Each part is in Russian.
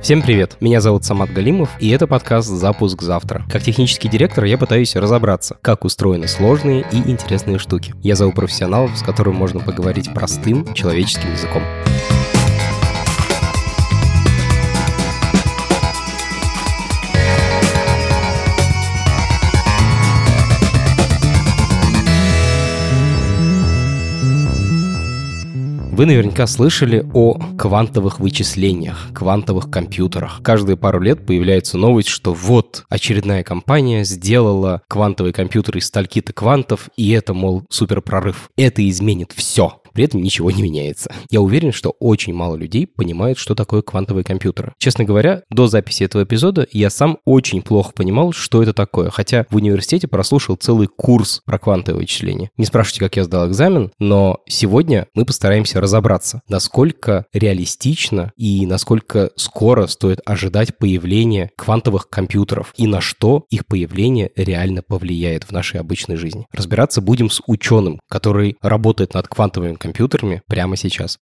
Всем привет, меня зовут Самат Галимов, и это подкаст «Запуск завтра». Как технический директор я пытаюсь разобраться, как устроены сложные и интересные штуки. Я зову профессионалов, с которыми можно поговорить простым человеческим языком. Вы наверняка слышали о квантовых вычислениях, квантовых компьютерах. Каждые пару лет появляется новость, что вот очередная компания сделала квантовый компьютер из стальки-то квантов, и это, мол, суперпрорыв. Это изменит все. При этом ничего не меняется. Я уверен, что очень мало людей понимают, что такое квантовые компьютеры. Честно говоря, до записи этого эпизода я сам очень плохо понимал, что это такое, хотя в университете прослушал целый курс про квантовые вычисления. Не спрашивайте, как я сдал экзамен, но сегодня мы постараемся разобраться, насколько реалистично и насколько скоро стоит ожидать появления квантовых компьютеров и на что их появление реально повлияет в нашей обычной жизни. Разбираться будем с ученым, который работает над квантовыми компьютерами прямо сейчас.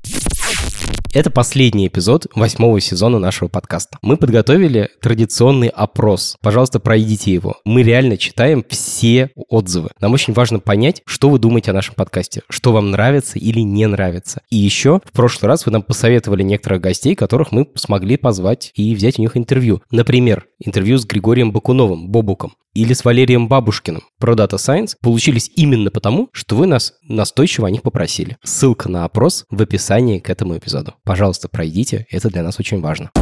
Это последний эпизод 8-го сезона нашего подкаста. Мы подготовили традиционный опрос. Пожалуйста, пройдите его. Мы реально читаем все отзывы. Нам очень важно понять, что вы думаете о нашем подкасте, что вам нравится или не нравится. И еще в прошлый раз вы нам посоветовали некоторых гостей, которых мы смогли позвать и взять у них интервью. Например, интервью с Григорием Бакуновым, Бобуком, или с Валерием Бабушкиным про Data Science получились именно потому, что вы нас настойчиво о них попросили. Ссылка на опрос в описании к этому эпизоду. Пожалуйста, пройдите, это для нас очень важно.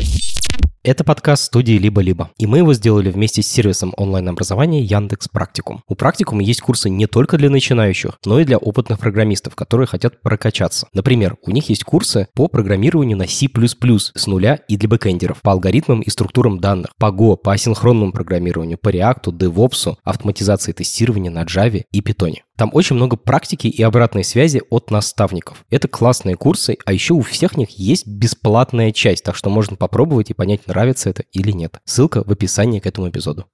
Это подкаст студии «Либо-либо», и мы его сделали вместе с сервисом онлайн-образования Яндекс.Практикум. У Практикума есть курсы не только для начинающих, но и для опытных программистов, которые хотят прокачаться. Например, у них есть курсы по программированию на C++ с нуля и для бэкэндеров, по алгоритмам и структурам данных, по Go, по асинхронному программированию, по React, DevOps, автоматизации тестирования на Java и Python. Там очень много практики и обратной связи от наставников. Это классные курсы, а еще у всех них есть бесплатная часть, так что можно попробовать и понять, нравится это или нет. Ссылка в описании к этому эпизоду.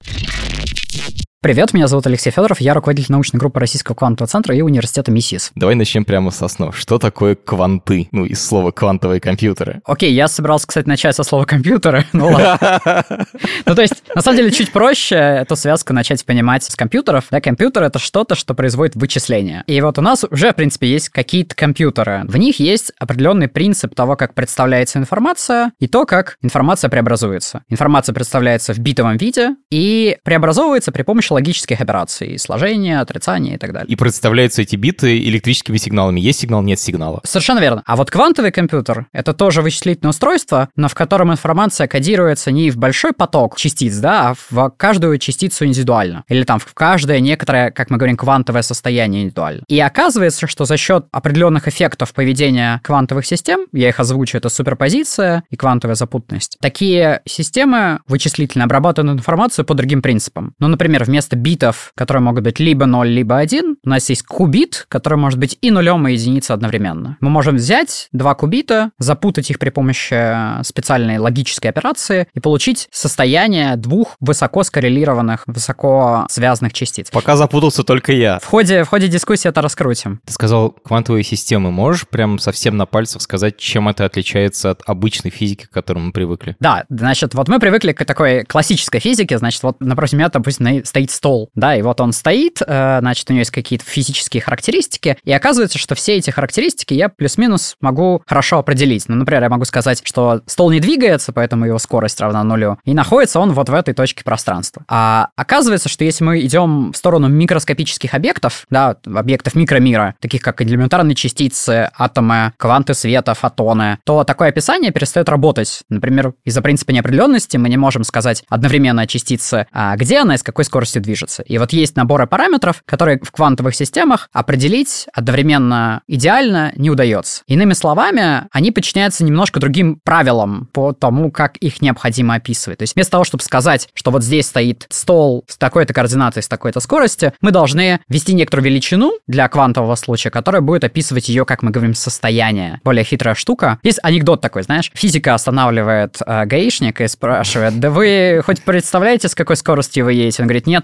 Привет, меня зовут Алексей Федоров, я руководитель научной группы Российского квантового центра и университета МИСИС. Давай начнем прямо с основ. Что такое кванты? Из слова квантовые компьютеры. Окей, я собирался, кстати, начать со слова компьютеры. Ну ладно. То есть, на самом деле, чуть проще эту связку начать понимать с компьютеров. Да, компьютер — это что-то, что производит вычисления. И вот у нас уже, в принципе, есть какие-то компьютеры. В них есть определенный принцип того, как представляется информация, и то, как информация преобразуется. Информация представляется в битовом виде и преобразовывается при помощи логических операций, сложения, отрицания и так далее. И представляются эти биты электрическими сигналами. Есть сигнал, нет сигнала. Совершенно верно. А вот квантовый компьютер — это тоже вычислительное устройство, но в котором информация кодируется не в большой поток частиц, да, а в каждую частицу индивидуально. Или там в каждое некоторое, как мы говорим, квантовое состояние индивидуально. И оказывается, что за счет определенных эффектов поведения квантовых систем, я их озвучу, это суперпозиция и квантовая запутанность, такие системы вычислительно обрабатывают информацию по другим принципам. Ну, например, вместо битов, которые могут быть либо 0, либо 1, у нас есть кубит, который может быть и нулем, и единицей одновременно. Мы можем взять два кубита, запутать их при помощи специальной логической операции и получить состояние двух высоко скоррелированных, высоко связанных частиц. Пока запутался только я. В ходе дискуссии это раскрутим. Ты сказал квантовые системы. Можешь прям совсем на пальцах сказать, чем это отличается от обычной физики, к которой мы привыкли? Да, значит, вот мы привыкли к такой классической физике, значит, вот напротив меня, допустим, стоит стол, да, и вот он стоит, значит, у него есть какие-то физические характеристики, и оказывается, что все эти характеристики я плюс-минус могу хорошо определить. Ну, например, я могу сказать, что стол не двигается, поэтому его скорость равна нулю, и находится он вот в этой точке пространства. А оказывается, что если мы идем в сторону микроскопических объектов, да, объектов микромира, таких как элементарные частицы, атомы, кванты света, фотоны, то такое описание перестает работать. Например, из-за принципа неопределенности мы не можем сказать одновременно о частице, где она и с какой скоростью движется. И вот есть наборы параметров, которые в квантовых системах определить одновременно идеально не удается. Иными словами, они подчиняются немножко другим правилам по тому, как их необходимо описывать. То есть вместо того, чтобы сказать, что вот здесь стоит стол с такой-то координатой, с такой-то скоростью, мы должны ввести некоторую величину для квантового случая, которая будет описывать ее, как мы говорим, состояние. Более хитрая штука. Есть анекдот такой, знаешь, физика останавливает гаишника и спрашивает: да вы хоть представляете, с какой скоростью вы едете? Он говорит: нет,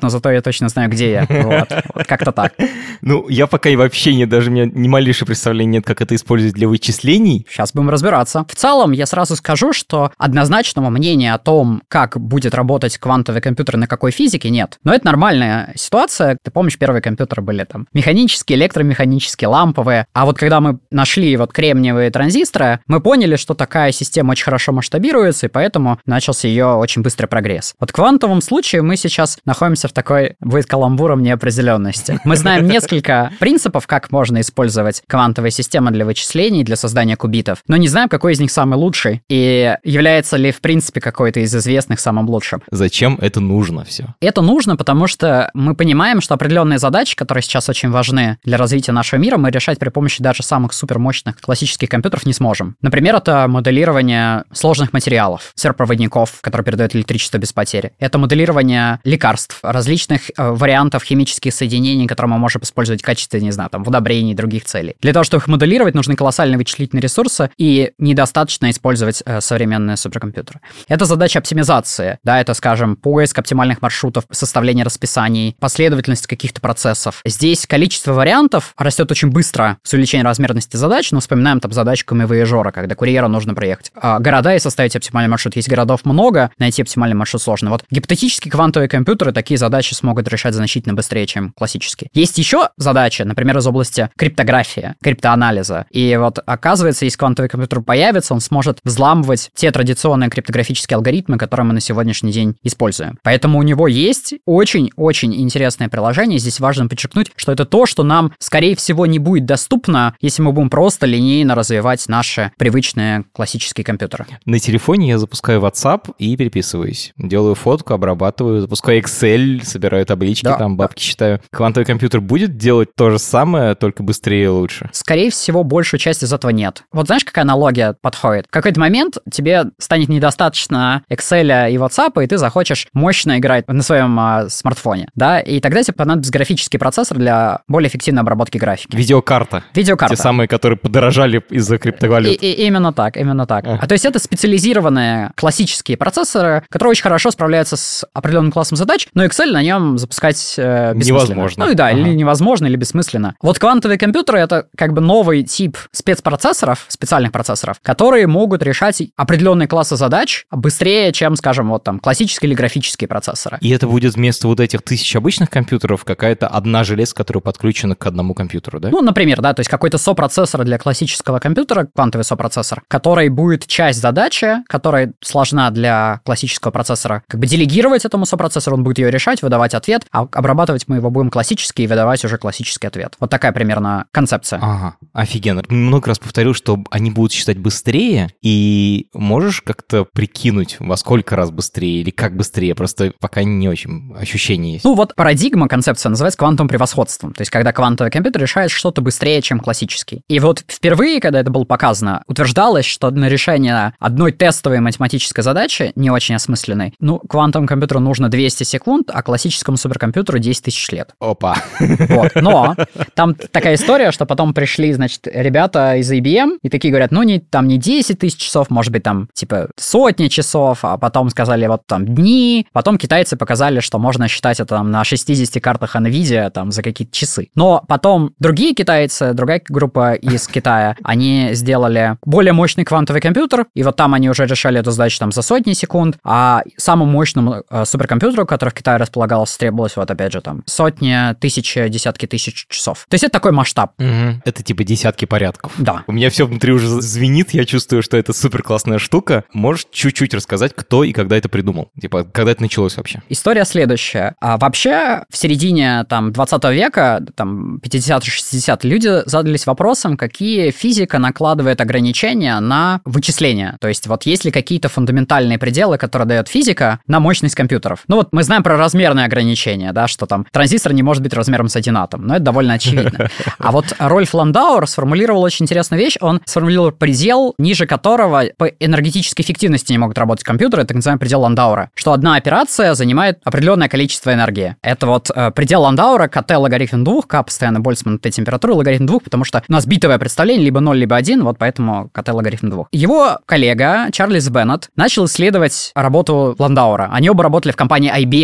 но зато я точно знаю, где я. Вот как-то так. Ну, я пока и вообще даже у меня ни малейшего представления нет, как это использовать для вычислений. Сейчас будем разбираться. В целом, я сразу скажу, что однозначного мнения о том, как будет работать квантовый компьютер и на какой физике, нет. Но это нормальная ситуация. Ты помнишь, первые компьютеры были там механические, электромеханические, ламповые. А вот когда мы нашли вот кремниевые транзисторы, мы поняли, что такая система очень хорошо масштабируется, и поэтому начался ее очень быстрый прогресс. Вот в квантовом случае мы сейчас находимся в такой, будет каламбуром неопределенности. Мы знаем несколько принципов, как можно использовать квантовые системы для вычислений, для создания кубитов, но не знаем, какой из них самый лучший, и является ли, в принципе, какой-то из известных самым лучшим. Зачем это нужно все? Это нужно, потому что мы понимаем, что определенные задачи, которые сейчас очень важны для развития нашего мира, мы решать при помощи даже самых супермощных классических компьютеров не сможем. Например, это моделирование сложных материалов, сверхпроводников, которые передают электричество без потери. Это моделирование лекарств, различных вариантов химических соединений, которые мы можем использовать в качестве, не знаю, там, в удобрении и других целей. Для того, чтобы их моделировать, нужны колоссальные вычислительные ресурсы, и недостаточно использовать современные суперкомпьютеры. Это задача оптимизации, да, это, скажем, поиск оптимальных маршрутов, составление расписаний, последовательность каких-то процессов. Здесь количество вариантов растет очень быстро с увеличением размерности задач, но вспоминаем там задачку Камевояжера, когда курьеру нужно проехать города и составить оптимальный маршрут. Есть городов много, найти оптимальный маршрут сложно. Вот гипотетически квантовые компьютеры такие задачи смогут решать значительно быстрее, чем классические. Есть еще задачи, например, из области криптографии, криптоанализа. И вот оказывается, если квантовый компьютер появится, он сможет взламывать те традиционные криптографические алгоритмы, которые мы на сегодняшний день используем. Поэтому у него есть очень-очень интересное приложение. Здесь важно подчеркнуть, что это то, что нам, скорее всего, не будет доступно, если мы будем просто линейно развивать наши привычные классические компьютеры. На телефоне я запускаю WhatsApp и переписываюсь. Делаю фотку, обрабатываю, запускаю Excel, собираю таблички, там бабки считаю. Квантовый компьютер будет делать то же самое, только быстрее и лучше? Скорее всего, большую часть из этого нет. Вот знаешь, какая аналогия подходит? В какой-то момент тебе станет недостаточно Excel и WhatsApp, и ты захочешь мощно играть на своем смартфоне, да? И тогда тебе понадобится графический процессор для более эффективной обработки графики. Видеокарта. Те самые, которые подорожали из-за криптовалют. Именно так. То есть это специализированные классические процессоры, которые очень хорошо справляются с определенным классом задач, но Excel на нем запускать бессмысленно. Невозможно. Ну и да, или невозможно, или бессмысленно. Вот квантовые компьютеры — это как бы новый тип спецпроцессоров, специальных процессоров, которые могут решать определенные классы задач быстрее, чем, скажем, вот там классические или графические процессоры. И это будет вместо вот этих 1000 обычных компьютеров какая-то одна железка, которая подключена к одному компьютеру, да? Ну, например, да, то есть какой-то сопроцессор для классического компьютера, квантовый сопроцессор, который будет часть задачи, которая сложна для классического процессора, как бы делегировать этому сопроцессору, он будет ее решать, выдавать ответ, а обрабатывать мы его будем классически и выдавать уже классический ответ. Вот такая примерно концепция. Ага, офигенно. Много раз повторил, что они будут считать быстрее, и можешь как-то прикинуть, во сколько раз быстрее или как быстрее? Просто пока не очень ощущение есть. Ну вот парадигма, концепция называется квантовым превосходством. То есть когда квантовый компьютер решает что-то быстрее, чем классический. И вот впервые, когда это было показано, утверждалось, что на решение одной тестовой математической задачи, не очень осмысленной, квантовому компьютеру нужно 200 секунд, а классическому суперкомпьютеру 10 тысяч лет. Опа. Вот. Но там такая история, что потом пришли, значит, ребята из IBM и такие говорят, не 10 тысяч часов, может быть, там, типа, сотни часов, а потом сказали, вот там, дни. Потом китайцы показали, что можно считать это там на 60 картах NVIDIA там за какие-то часы. Но потом другие китайцы, другая группа из Китая, они сделали более мощный квантовый компьютер, и вот там они уже решали эту задачу там за сотни секунд, а самому мощному суперкомпьютеру, который в Китае располагался, требовалось вот опять же там сотни, тысячи, десятки тысяч часов. То есть это такой масштаб. Угу. Это типа десятки порядков. Да. У меня все внутри уже звенит, я чувствую, что это супер классная штука. Можешь чуть-чуть рассказать, кто и когда это придумал? Типа, когда это началось вообще? История следующая. Вообще, в середине там 20 века, там 50-60, люди задались вопросом, какие физика накладывает ограничения на вычисления. То есть вот есть ли какие-то фундаментальные пределы, которые дает физика на мощность компьютеров. Ну вот мы знаем про размерные ограничения, да, что там транзистор не может быть размером с один атом, но это довольно очевидно. А вот Рольф Ландауэр сформулировал очень интересную вещь. Он сформулировал предел, ниже которого по энергетической эффективности не могут работать компьютеры, это так называемый предел Ландауэра, что одна операция занимает определенное количество энергии. Это вот предел Ландауэра, КТ логарифм 2, К постоянно Больцман Т температуры, логарифм 2, потому что у нас битовое представление, либо 0, либо 1, вот поэтому КТ логарифм 2. Его коллега Чарльз Беннет начал исследовать работу Ландауэра. Они оба работали в компании IBM, что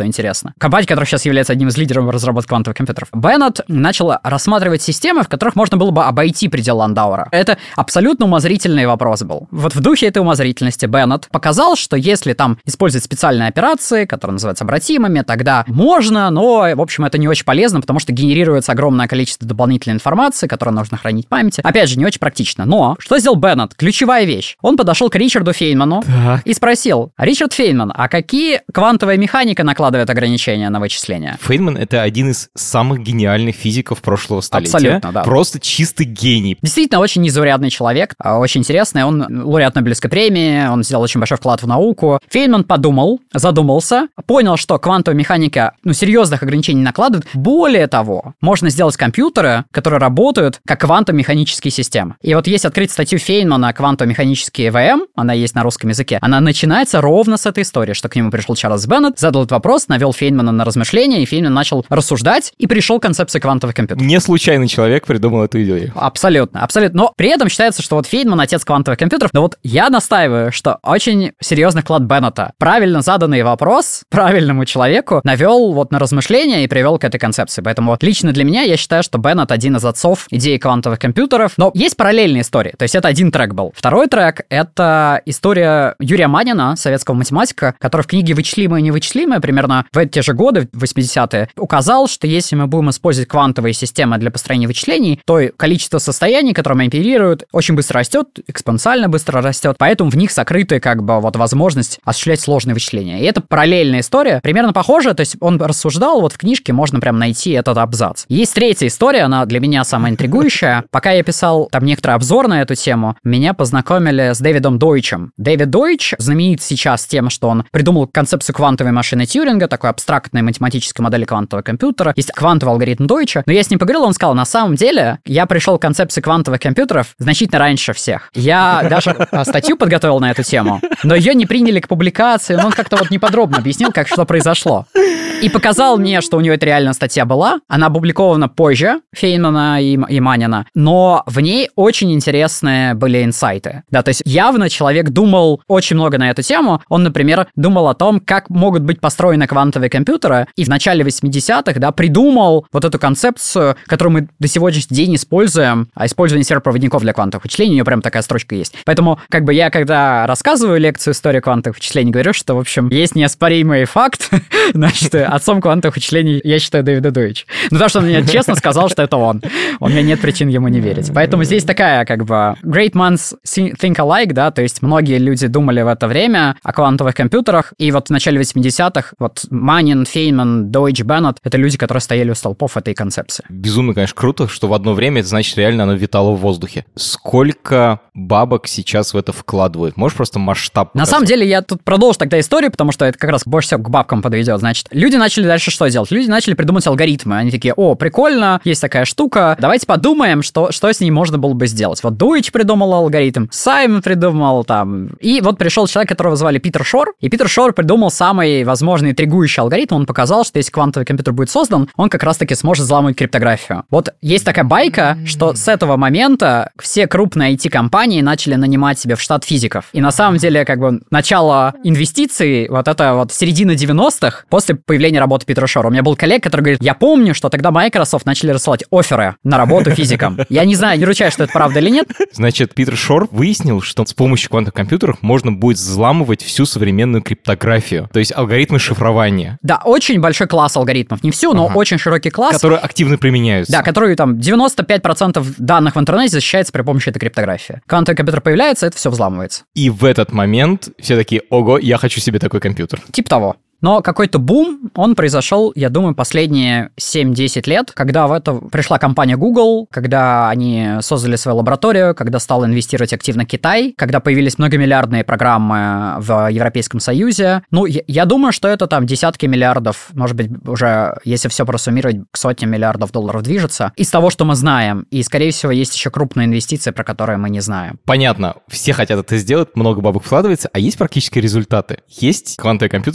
интересно. Компания, которая сейчас является одним из лидеров разработки квантовых компьютеров. Беннет начал рассматривать системы, в которых можно было бы обойти предел Ландауэра. Это абсолютно умозрительный вопрос был. Вот в духе этой умозрительности Беннет показал, что если там использовать специальные операции, которые называются обратимыми, тогда можно, но, в общем, это не очень полезно, потому что генерируется огромное количество дополнительной информации, которую нужно хранить в памяти. Опять же, не очень практично. Но что сделал Беннет? Ключевая вещь. Он подошел к Ричарду Фейнману и спросил: Ричард Фейнман, а какие квантовая механика накладывает ограничения на вычисления? Фейнман — это один из самых гениальных физиков прошлого столетия. Абсолютно, да. Просто чистый гений. Действительно, очень незаурядный человек, очень интересный. Он лауреат Нобелевской премии, он сделал очень большой вклад в науку. Фейнман подумал, задумался, понял, что квантовая механика, серьезных ограничений накладывает. Более того, можно сделать компьютеры, которые работают как квантово-механические системы. И вот если открыть статью Фейнмана «Квантово-механические ЭВМ», она есть на русском языке, она начинается ровно с этой истории, что к нему пришел Чарльз Беннет, задал этот вопрос, навел Фейнмана на размышления, и Фейнман начал рассуждать, и пришел к концепции квантовых компьютеров. Не случайный человек придумал эту идею. Абсолютно, абсолютно. Но при этом считается, что вот Фейнман — отец квантовых компьютеров. Но вот я настаиваю, что очень серьезный вклад Беннета. Правильно заданный вопрос правильному человеку навел вот на размышления и привел к этой концепции. Поэтому вот лично для меня я считаю, что Беннет один из отцов идеи квантовых компьютеров. Но есть параллельные истории. То есть это один трек был. Второй трек — это история Юрия Манина, советского математика, который в книге «Вычислимое и невычислимое» примерно в эти же годы, в 80-е, указал, что если мы будем использовать квантовые системы для построения вычислений, то количество состояний, которыми оперируют, очень быстро растет, экспоненциально быстро растет, поэтому в них сокрыты как бы вот возможность осуществлять сложные вычисления. И это параллельная история, примерно похожая, то есть он рассуждал, вот в книжке можно прям найти этот абзац. Есть третья история, она для меня самая интригующая. Пока я писал там некоторый обзор на эту тему, меня познакомили с Дэвидом Дойчем. Дэвид Дойч знаменит сейчас тем, что он придумал концепцию квантовой машины Тьюринга, такой абстрактной математической модели квантового компьютера. Есть квантовый алгоритм Дойча. Но я с ним поговорил, он сказал: на самом деле, я пришел к концепции квантовых компьютеров значительно раньше всех. Я даже статью подготовил на эту тему, но ее не приняли к публикации, но он как-то вот неподробно объяснил, как что произошло. И показал мне, что у него это реально статья была. Она опубликована позже Фейнмана и Манина, но в ней очень интересные были инсайты. Да, то есть явно человек думал очень много на эту тему. Он, например, думал о том, как могут быть построены квантовые компьютеры, и в начале 80-х, да, придумал вот эту концепцию, которую мы до сегодняшний день используем, использование сервопроводников для квантовых вычислений. У нее прям такая строчка есть. Поэтому, как бы я, когда рассказываю лекцию «История квантовых вычислений», говорю, что, в общем, есть неоспоримый факт, значит, отцом квантовых вычислений я считаю Дэвида Дойча. Ну, потому что он мне честно сказал, что это он. У меня нет причин ему не верить. Поэтому здесь такая, как бы, great minds think alike, да, то есть многие люди думали в это время о квантовых компьютерах, и вот в начале 80-х вот Манин, Фейнман, Дойч, Беннет — это люди, которые стояли у столпов этой концепции. Безумно, конечно, круто, что в одно время это значит реально оно витало в воздухе. Сколько бабок сейчас в это вкладывают? Можешь просто масштаб показать? На самом деле я тут продолжу тогда историю, потому что это как раз больше всего к бабкам подведет. Значит, люди начали дальше что делать? Люди начали придумывать алгоритмы. Они такие: о, прикольно, есть такая штука, давайте подумаем, что с ней можно было бы сделать. Вот Дойч придумал алгоритм, Саймон придумал там. И вот пришел человек, которого звали Питер Шор, и Питер Шор придумал самый возможный интригующий алгоритм. Он показал, что если квантовый компьютер будет создан, он как раз-таки сможет взламывать криптографию. Вот есть такая байка, что с этого момента все крупные IT-компании начали нанимать себе в штат физиков. И на самом деле, как бы, начало инвестиций, вот это вот середина 90-х, после появления работы Питера Шора. У меня был коллега, который говорит: я помню, что тогда Microsoft начали рассылать офферы на работу физикам. Я не знаю, не ручаюсь, что это правда или нет. Значит, Питер Шор выяснил, что с помощью квантовых компьютеров можно будет взламывать всю современную криптографию, то есть алгоритмы шифрования. Да, очень большой класс алгоритмов. Не всю, но очень широкий класс. Которые активно применяются. Да, которые там 95% данных в интернете защищается при помощи этой криптографии. Квантовый компьютер появляется, это все взламывается. И в этот момент все такие: ого, я хочу себе такой компьютер. Типа того. Но какой-то бум, он произошел, я думаю, последние 7-10 лет, когда в это пришла компания Google, когда они создали свою лабораторию, когда стал инвестировать активно Китай, когда появились многомиллиардные программы в Европейском Союзе. Ну, я думаю, что это там десятки миллиардов, может быть, уже, если все просуммировать, к сотням миллиардов долларов движется. Из того, что мы знаем. И, скорее всего, есть еще крупные инвестиции, про которые мы не знаем. Понятно. Все хотят это сделать, много бабок вкладывается, а есть практические результаты. Есть квантовые компьютеры, которые уже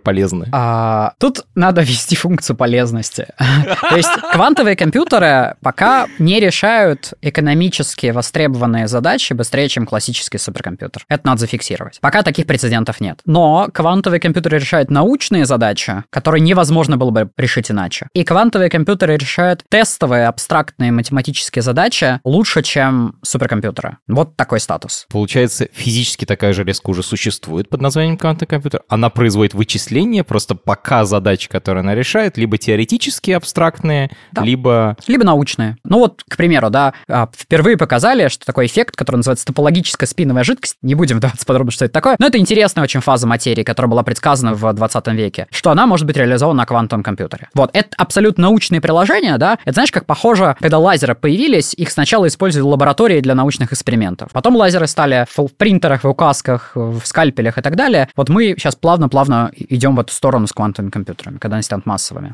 суперполезны? Тут надо ввести функцию полезности. То есть квантовые компьютеры пока не решают экономически востребованные задачи быстрее, чем классический суперкомпьютер. Это надо зафиксировать. Пока таких прецедентов нет. Но квантовые компьютеры решают научные задачи, которые невозможно было бы решить иначе. И квантовые компьютеры решают тестовые абстрактные математические задачи лучше, чем суперкомпьютеры. Вот такой статус. Получается, физически такая железка уже существует под названием квантовый компьютер. Она производит вычисления, просто пока задачи, которые она решает, либо теоретические абстрактные, да, либо научные. Ну вот, к примеру, да, впервые показали, что такой эффект, который называется топологическая спиновая жидкость. Не будем вдаваться подробно, что это такое, но это интересная очень фаза материи, которая была предсказана в 20 веке, что она может быть реализована на квантовом компьютере. Вот, это абсолютно научные приложения, да, это, знаешь, как похоже, когда лазеры появились, их сначала использовали в лаборатории для научных экспериментов. Потом лазеры стали в принтерах, в указках, в скальпелях и так далее. Вот мы сейчас плавно-плавно идем в эту сторону с квантовыми компьютерами, когда они станут массовыми.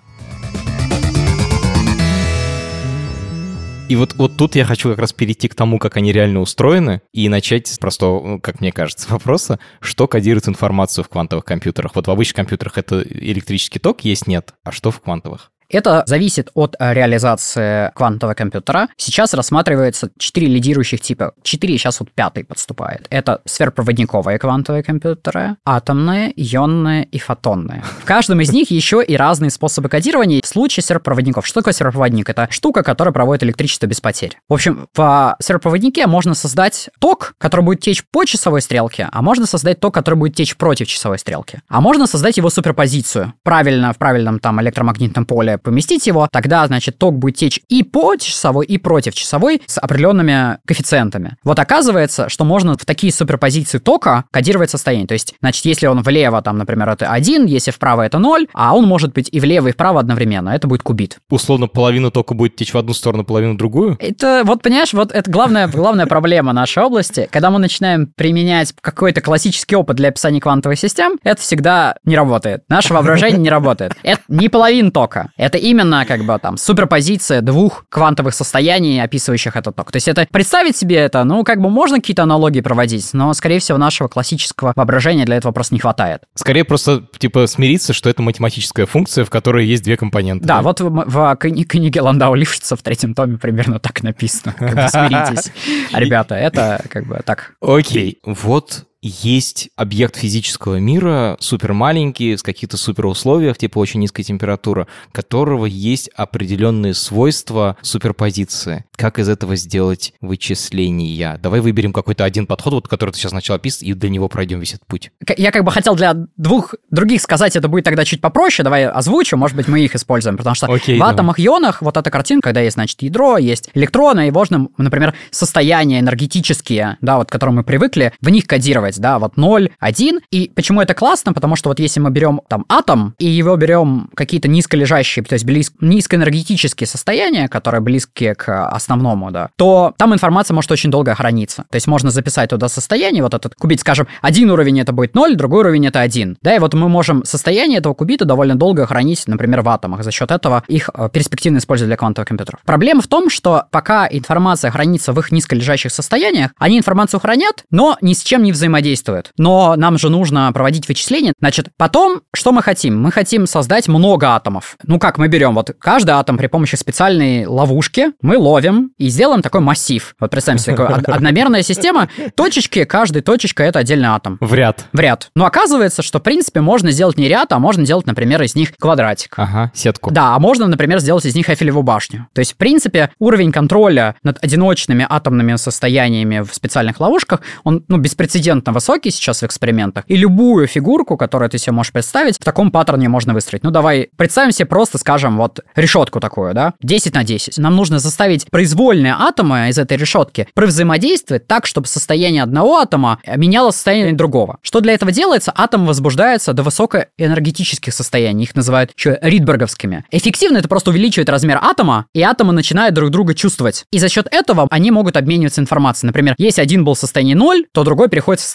И вот тут я хочу как раз перейти к тому, как они реально устроены, и начать с простого, как мне кажется, вопроса, что кодирует информацию в квантовых компьютерах. Вот в обычных компьютерах это электрический ток есть, нет, а что в квантовых? Это зависит от реализации квантового компьютера. Сейчас рассматривается 4 лидирующих типа. 4, сейчас вот 5-й подступает. Это сверхпроводниковые квантовые компьютеры, атомные, ионные и фотонные. В каждом из них еще и разные способы кодирования. В случае сверхпроводников. Что такое сверхпроводник? Это штука, которая проводит электричество без потерь. В общем, в сверхпроводнике можно создать ток, который будет течь по часовой стрелке, а можно создать ток, который будет течь против часовой стрелки. А можно создать его суперпозицию. Правильно, в правильном там электромагнитном поле поместить его, тогда, значит, ток будет течь и по часовой, и против часовой с определенными коэффициентами. Вот оказывается, что можно в такие суперпозиции тока кодировать состояние. То есть, значит, если он влево, там, например, это 1, если вправо это 0, а он может быть и влево, и вправо одновременно. Это будет кубит. Условно, половина тока будет течь в одну сторону, половину в другую? Это, вот, понимаешь, вот это главная проблема нашей области. Когда мы начинаем применять какой-то классический опыт для описания квантовых систем, это всегда не работает. Наше воображение не работает. Это не половина тока. Это именно как бы там суперпозиция двух квантовых состояний, описывающих этот ток. То есть это представить себе это, ну, как бы можно какие-то аналогии проводить, но, скорее всего, нашего классического воображения для этого просто не хватает. Скорее просто, типа, смириться, что это математическая функция, в которой есть две компоненты. Да, вот в книге Ландау Лившица в 3-м томе примерно так написано. Как бы смиритесь, ребята, это как бы так. Окей, вот есть объект физического мира, супер маленький, с каких-то супер условиях, типа очень низкая температура, которого есть определенные свойства суперпозиции. Как из этого сделать вычисления? Давай выберем какой-то один подход, вот, который ты сейчас начал описывать, и до него пройдем весь этот путь. Я как бы хотел для двух других сказать, это будет тогда чуть попроще, давай озвучу, может быть, мы их используем, потому что в атомах-ионах вот эта картинка, когда есть, значит, ядро, есть электроны, и можно, например, состояния энергетические, да, вот к которым мы привыкли, в них кодировать, да, вот 0, 1. И почему это классно? Потому что вот если мы берем там атом, и его берем какие-то низколежащие, то есть низкоэнергетические состояния, которые близки к основному, да, то там информация может очень долго храниться. То есть можно записать туда состояние, вот этот кубит, скажем, один уровень это будет 0, другой уровень это 1. Да, и вот мы можем состояние этого кубита довольно долго хранить, например, в атомах. За счет этого их перспективно использовать для квантовых компьютеров. Проблема в том, что пока информация хранится в их низколежащих состояниях, они информацию хранят, но ни с чем не взаимодействуют. Но нам же нужно проводить вычисления. Значит, потом, что мы хотим? Мы хотим создать много атомов. Ну как, мы берем вот каждый атом при помощи специальной ловушки, мы ловим и сделаем такой массив. Вот представьте себе, такая одномерная система, точечки, каждая точечка — это отдельный атом. В ряд. Но оказывается, что, в принципе, можно сделать не ряд, а можно сделать, например, из них квадратик. Ага, сетку. Да, а можно, например, сделать из них Эйфелеву башню. То есть, в принципе, уровень контроля над одиночными атомными состояниями в специальных ловушках, он, беспрецедентно высокий сейчас в экспериментах. И любую фигурку, которую ты себе можешь представить, в таком паттерне можно выстроить. Ну, давай представим себе просто, скажем, вот решетку такую, да, 10 на 10. Нам нужно заставить произвольные атомы из этой решетки взаимодействовать так, чтобы состояние одного атома меняло состояние другого. Что для этого делается? Атом возбуждается до высокоэнергетических состояний. Их называют еще ридберговскими. Эффективно это просто увеличивает размер атома, и атомы начинают друг друга чувствовать. И за счет этого они могут обмениваться информацией. Например, если один был в состоянии 0, то другой переходит в состояние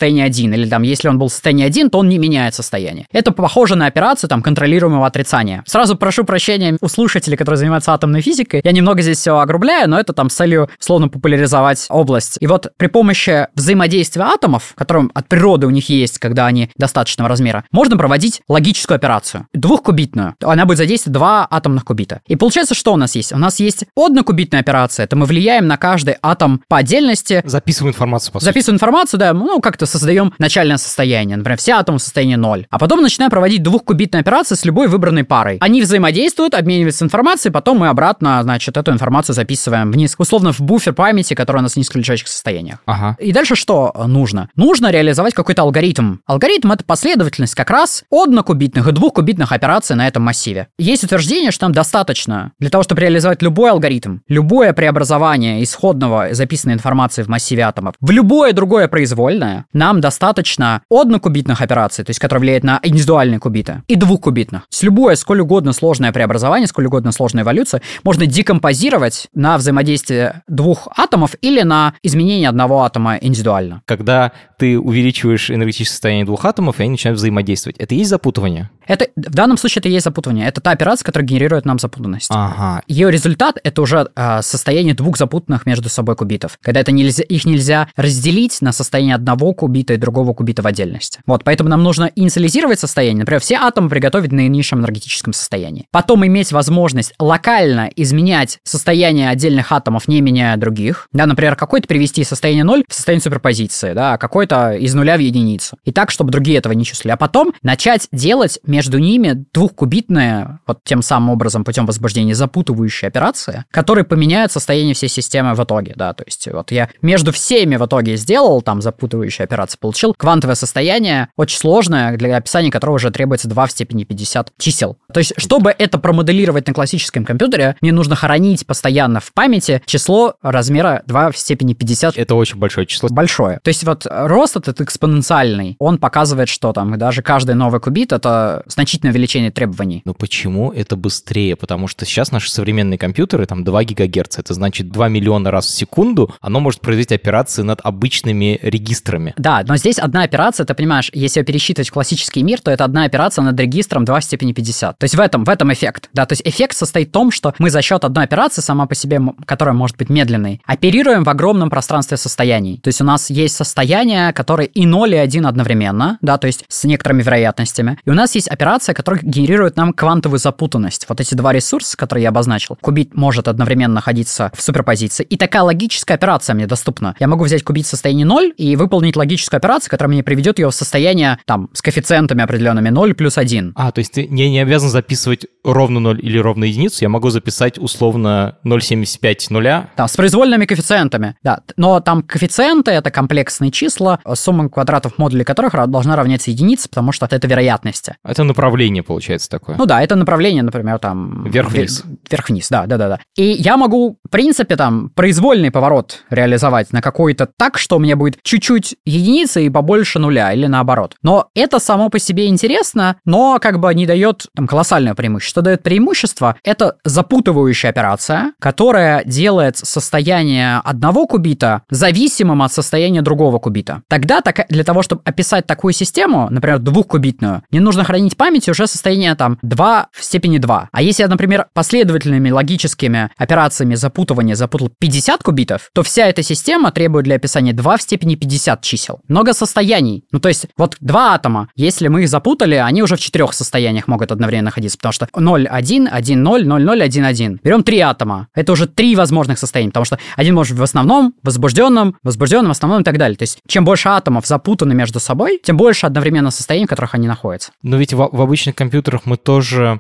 состоянии 1, или там, если он был в состоянии 1, то он не меняет состояние. Это похоже на операцию там контролируемого отрицания. Сразу прошу прощения у слушателей, которые занимаются атомной физикой. Я немного здесь все огрубляю, но это там с целью словно популяризовать область. И вот при помощи взаимодействия атомов, которые от природы у них есть, когда они достаточного размера, можно проводить логическую операцию. Двухкубитную. Она будет задействовать 2 атомных кубита. И получается, что у нас есть? У нас есть однокубитная операция. Это мы влияем на каждый атом по отдельности. Записываем информацию, по сути. Записываем информацию, да, как-то создаем начальное состояние. Например, все атомы в состоянии 0. А потом начинаем проводить двухкубитные операции с любой выбранной парой. Они взаимодействуют, обмениваются информацией, потом мы обратно, значит, эту информацию записываем вниз, условно, в буфер памяти, который у нас в низкоключающих состояниях. Ага. И дальше что нужно? Нужно реализовать какой-то алгоритм. Алгоритм — это последовательность как раз однокубитных и двухкубитных операций на этом массиве. Есть утверждение, что нам достаточно для того, чтобы реализовать любой алгоритм, любое преобразование исходного записанной информации в массиве атомов в любое другое произвольное, нам достаточно однокубитных операций, то есть которые влияют на индивидуальные кубиты, и двухкубитных. То есть любое сколь угодно сложное преобразование, сколь угодно сложная эволюция можно декомпозировать на взаимодействие 2 атомов или на изменение одного атома индивидуально. Когда ты увеличиваешь энергетическое состояние 2 атомов, и они начинают взаимодействовать. Это и есть запутывание? Это, в данном случае это и есть запутывание. Это та операция, которая генерирует нам запутанность. Ага. Ее результат — это уже состояние 2 запутанных между собой кубитов. Когда их нельзя разделить на состояние одного кубита и другого кубита в отдельности. Вот, поэтому нам нужно инициализировать состояние. Например, все атомы приготовить в наинизшем энергетическом состоянии. Потом иметь возможность локально изменять состояние отдельных атомов, не меняя других. Да, например, какой-то привести из состояния 0 в состояние суперпозиции, да, а какой-то из 0 в единицу. И так, чтобы другие этого не чувствовали. А потом начать делать между ними двухкубитные, вот тем самым образом, путем возбуждения, запутывающие операции, которые поменяют состояние всей системы в итоге, да, то есть вот я между всеми в итоге сделал там запутывающие операции, получил квантовое состояние, очень сложное, для описания которого уже требуется 2 в степени 50 чисел. То есть, чтобы это промоделировать на классическом компьютере, мне нужно хранить постоянно в памяти число размера 2 в степени 50. Это очень большое число. Большое. То есть вот рост этот экспоненциальный, он показывает, что там даже каждый новый кубит — это значительное увеличение требований. Но почему это быстрее? Потому что сейчас наши современные компьютеры, там 2 ГГц, это значит 2 миллиона раз в секунду, оно может произвести операции над обычными регистрами. Да, но здесь одна операция, ты понимаешь, если ее пересчитывать в классический мир, то это одна операция над регистром 2 в степени 50. То есть в этом эффект. Да, то есть эффект состоит в том, что мы за счет одной операции, сама по себе, которая может быть медленной, оперируем в огромном пространстве состояний. То есть у нас есть состояния, которые и 0, и 1 одновременно, да, то есть с некоторыми вероятностями. И у нас есть операция, которая генерирует нам квантовую запутанность. Вот эти 2 ресурса, которые я обозначил. Кубит может одновременно находиться в суперпозиции. И такая логическая операция мне доступна. Я могу взять кубит в состоянии 0 и выполнить логическую операцию, которая мне приведет его в состояние там с коэффициентами определенными 0 плюс 1. То есть ты не обязан записывать ровно 0 или ровно единицу, я могу записать условно 0,75 нуля. Там, с произвольными коэффициентами, да. Но там коэффициенты — это комплексные числа, сумма квадратов модулей которых должна равняться единице, потому что это вероятности. Это направление, получается, такое. Ну да, это направление, например, там... Вверх-вниз. Вверх-вниз, да. И я могу, в принципе, там, произвольный поворот реализовать на какой-то так, что у меня будет чуть-чуть единицы и побольше нуля, или наоборот. Но это само по себе интересно, но как бы не дает там колоссальное преимущество. Что дает преимущество? Это запутывающая операция, которая делает состояние одного кубита зависимым от состояния другого кубита. Тогда для того, чтобы описать такую систему, например, двухкубитную, мне нужно хранить в памяти уже состояние там 2 в степени 2. А если я, например, последовательными логическими операциями запутывания запутал 50 кубитов, то вся эта система требует для описания 2 в степени 50 чисел. Много состояний. Ну, то есть, вот 2 атома, если мы их запутали, они уже в 4 состояниях могут одновременно находиться, потому что 0, 1, 1, 0, 0, 0, 1, 1. Берем 3 атома. Это уже 3 возможных состояния, потому что один может быть в основном, возбужденном, в основном и так далее. То есть, чем больше атомов запутаны между собой, тем больше одновременно состояний, в которых они находятся. Но ведь в обычных компьютерах мы тоже,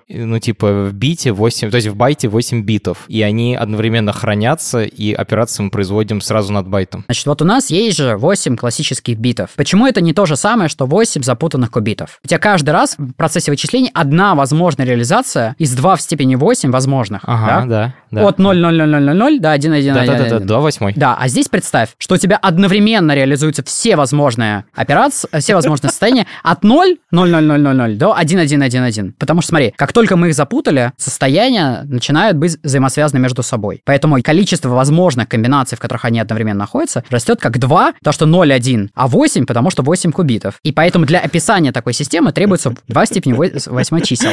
в бите 8, то есть в байте 8 битов, и они одновременно хранятся, и операции мы производим сразу над байтом. Значит, вот у нас есть же 8 классических битов. Почему это не то же самое, что 8 запутанных кубитов? У тебя каждый раз в процессе вычисления одна возможная реализация из 2 в степени 8 возможных. Ага, да. От 0, 0, 0, 0, 0, 0 до 1, 1, 1, 1. Да, до 8. Да, а здесь представь, что у тебя одновременно реализуются все возможные операции, все возможные состояния от 0, 0, 0, 0, 0, 0 до все 1, 1, 1, 1. Потому что, смотри, как только мы их запутали, состояния начинают быть взаимосвязаны между собой. Поэтому количество возможных комбинаций, в которых они одновременно находятся, растет как 2, потому что 0, 1, а 8, потому что 8 кубитов. И поэтому для описания такой системы требуется 2 в степени 8 чисел.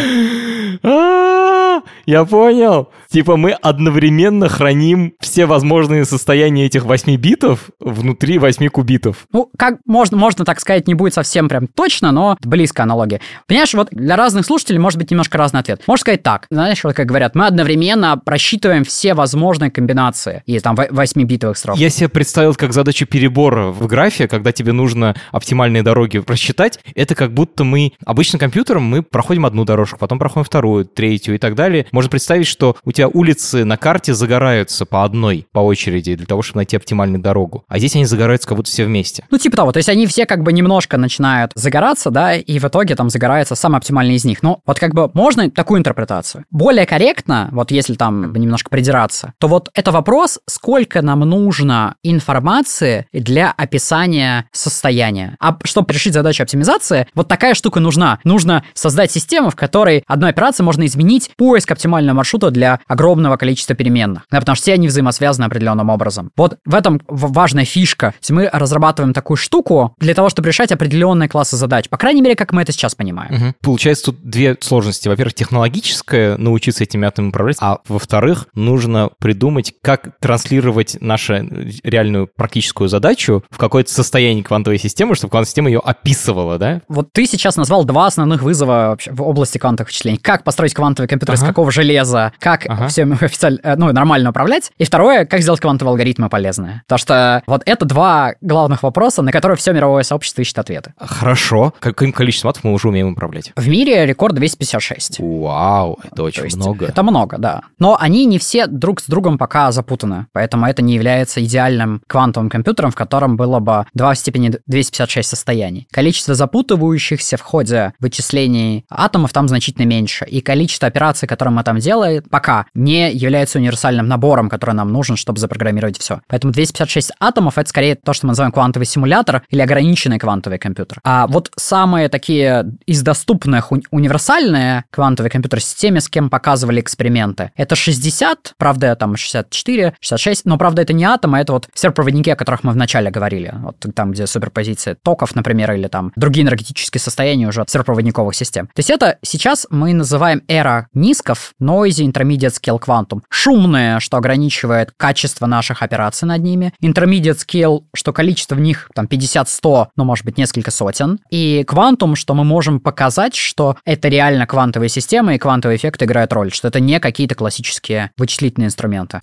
Я понял. Типа мы одновременно храним все возможные состояния этих 8 битов внутри 8 кубитов. Ну, как можно так сказать, не будет совсем прям точно, но близкая аналогия. Понимаешь, вот для разных слушателей может быть немножко разный ответ. Можно сказать так, знаешь, вот как говорят, мы одновременно просчитываем все возможные комбинации из там 8-битовых строк. Я себе представил как задачу перебора в графе, когда тебе нужно оптимальные дороги просчитать. Это как будто мы обычным компьютером мы проходим одну дорожку, потом проходим вторую, третью и так далее. Можно представить, что у тебя улицы на карте загораются по одной, по очереди, для того, чтобы найти оптимальную дорогу. А здесь они загораются как будто все вместе. Ну, типа того, то есть они все как бы немножко начинают загораться, да, и в итоге там загорается самый оптимальный из них. Ну, вот как бы можно такую интерпретацию. Более корректно, вот если там немножко придираться, то вот это вопрос, сколько нам нужно информации для описания состояния. А чтобы решить задачу оптимизации, вот такая штука нужна. Нужно создать систему, в которой одной операцией можно изменить поиск оптимального маршрута для огромного количества переменных. Да, потому что все они взаимосвязаны определенным образом. Вот в этом важная фишка. То есть мы разрабатываем такую штуку для того, чтобы решать определенные классы задач. По крайней мере, как мы это сейчас понимаем. Угу. Получается, тут две сложности. Во-первых, технологическая, научиться этими атомами управлять, а во-вторых, нужно придумать, как транслировать нашу реальную практическую задачу в какое-то состояние квантовой системы, чтобы квантовая система ее описывала, да? Вот ты сейчас назвал два основных вызова вообще в области квантовых вычислений. Как построить квантовый компьютер, из какого железа, как всем официально, нормально управлять. И второе, как сделать квантовые алгоритмы полезные. Потому что вот это два главных вопроса, на которые все мировое сообщество ищет ответы. Хорошо. Каким количеством атомов мы уже умеем управлять? В мире рекорд 256. Вау, это очень много. Это много, да. Но они не все друг с другом пока запутаны. Поэтому это не является идеальным квантовым компьютером, в котором было бы 2 в степени 256 состояний. Количество запутывающихся в ходе вычислений атомов там значительно меньше. И количество операций, которые мы там делаем, пока не является универсальным набором, который нам нужен, чтобы запрограммировать все. Поэтому 256 атомов — это скорее то, что мы называем квантовый симулятор или ограниченный квантовый компьютер. А вот самые такие из доступных универсальные квантовые компьютеры с теми, с кем показывали эксперименты, это 60, правда, там 64, 66, но, правда, это не атомы, это вот сервопроводники, о которых мы вначале говорили. Вот там, где суперпозиция токов, например, или там другие энергетические состояния уже сервопроводниковых систем. То есть это сейчас мы называем эра нисков, Noisy Intermediate Scale Quantum. Шумные, что ограничивает качество наших операций над ними. Intermediate Scale, что количество в них там 50-100, ну, может быть, несколько сотен. И Quantum, что мы можем показать, что это реально квантовые системы, и квантовый эффект играет роль, что это не какие-то классические вычислительные инструменты.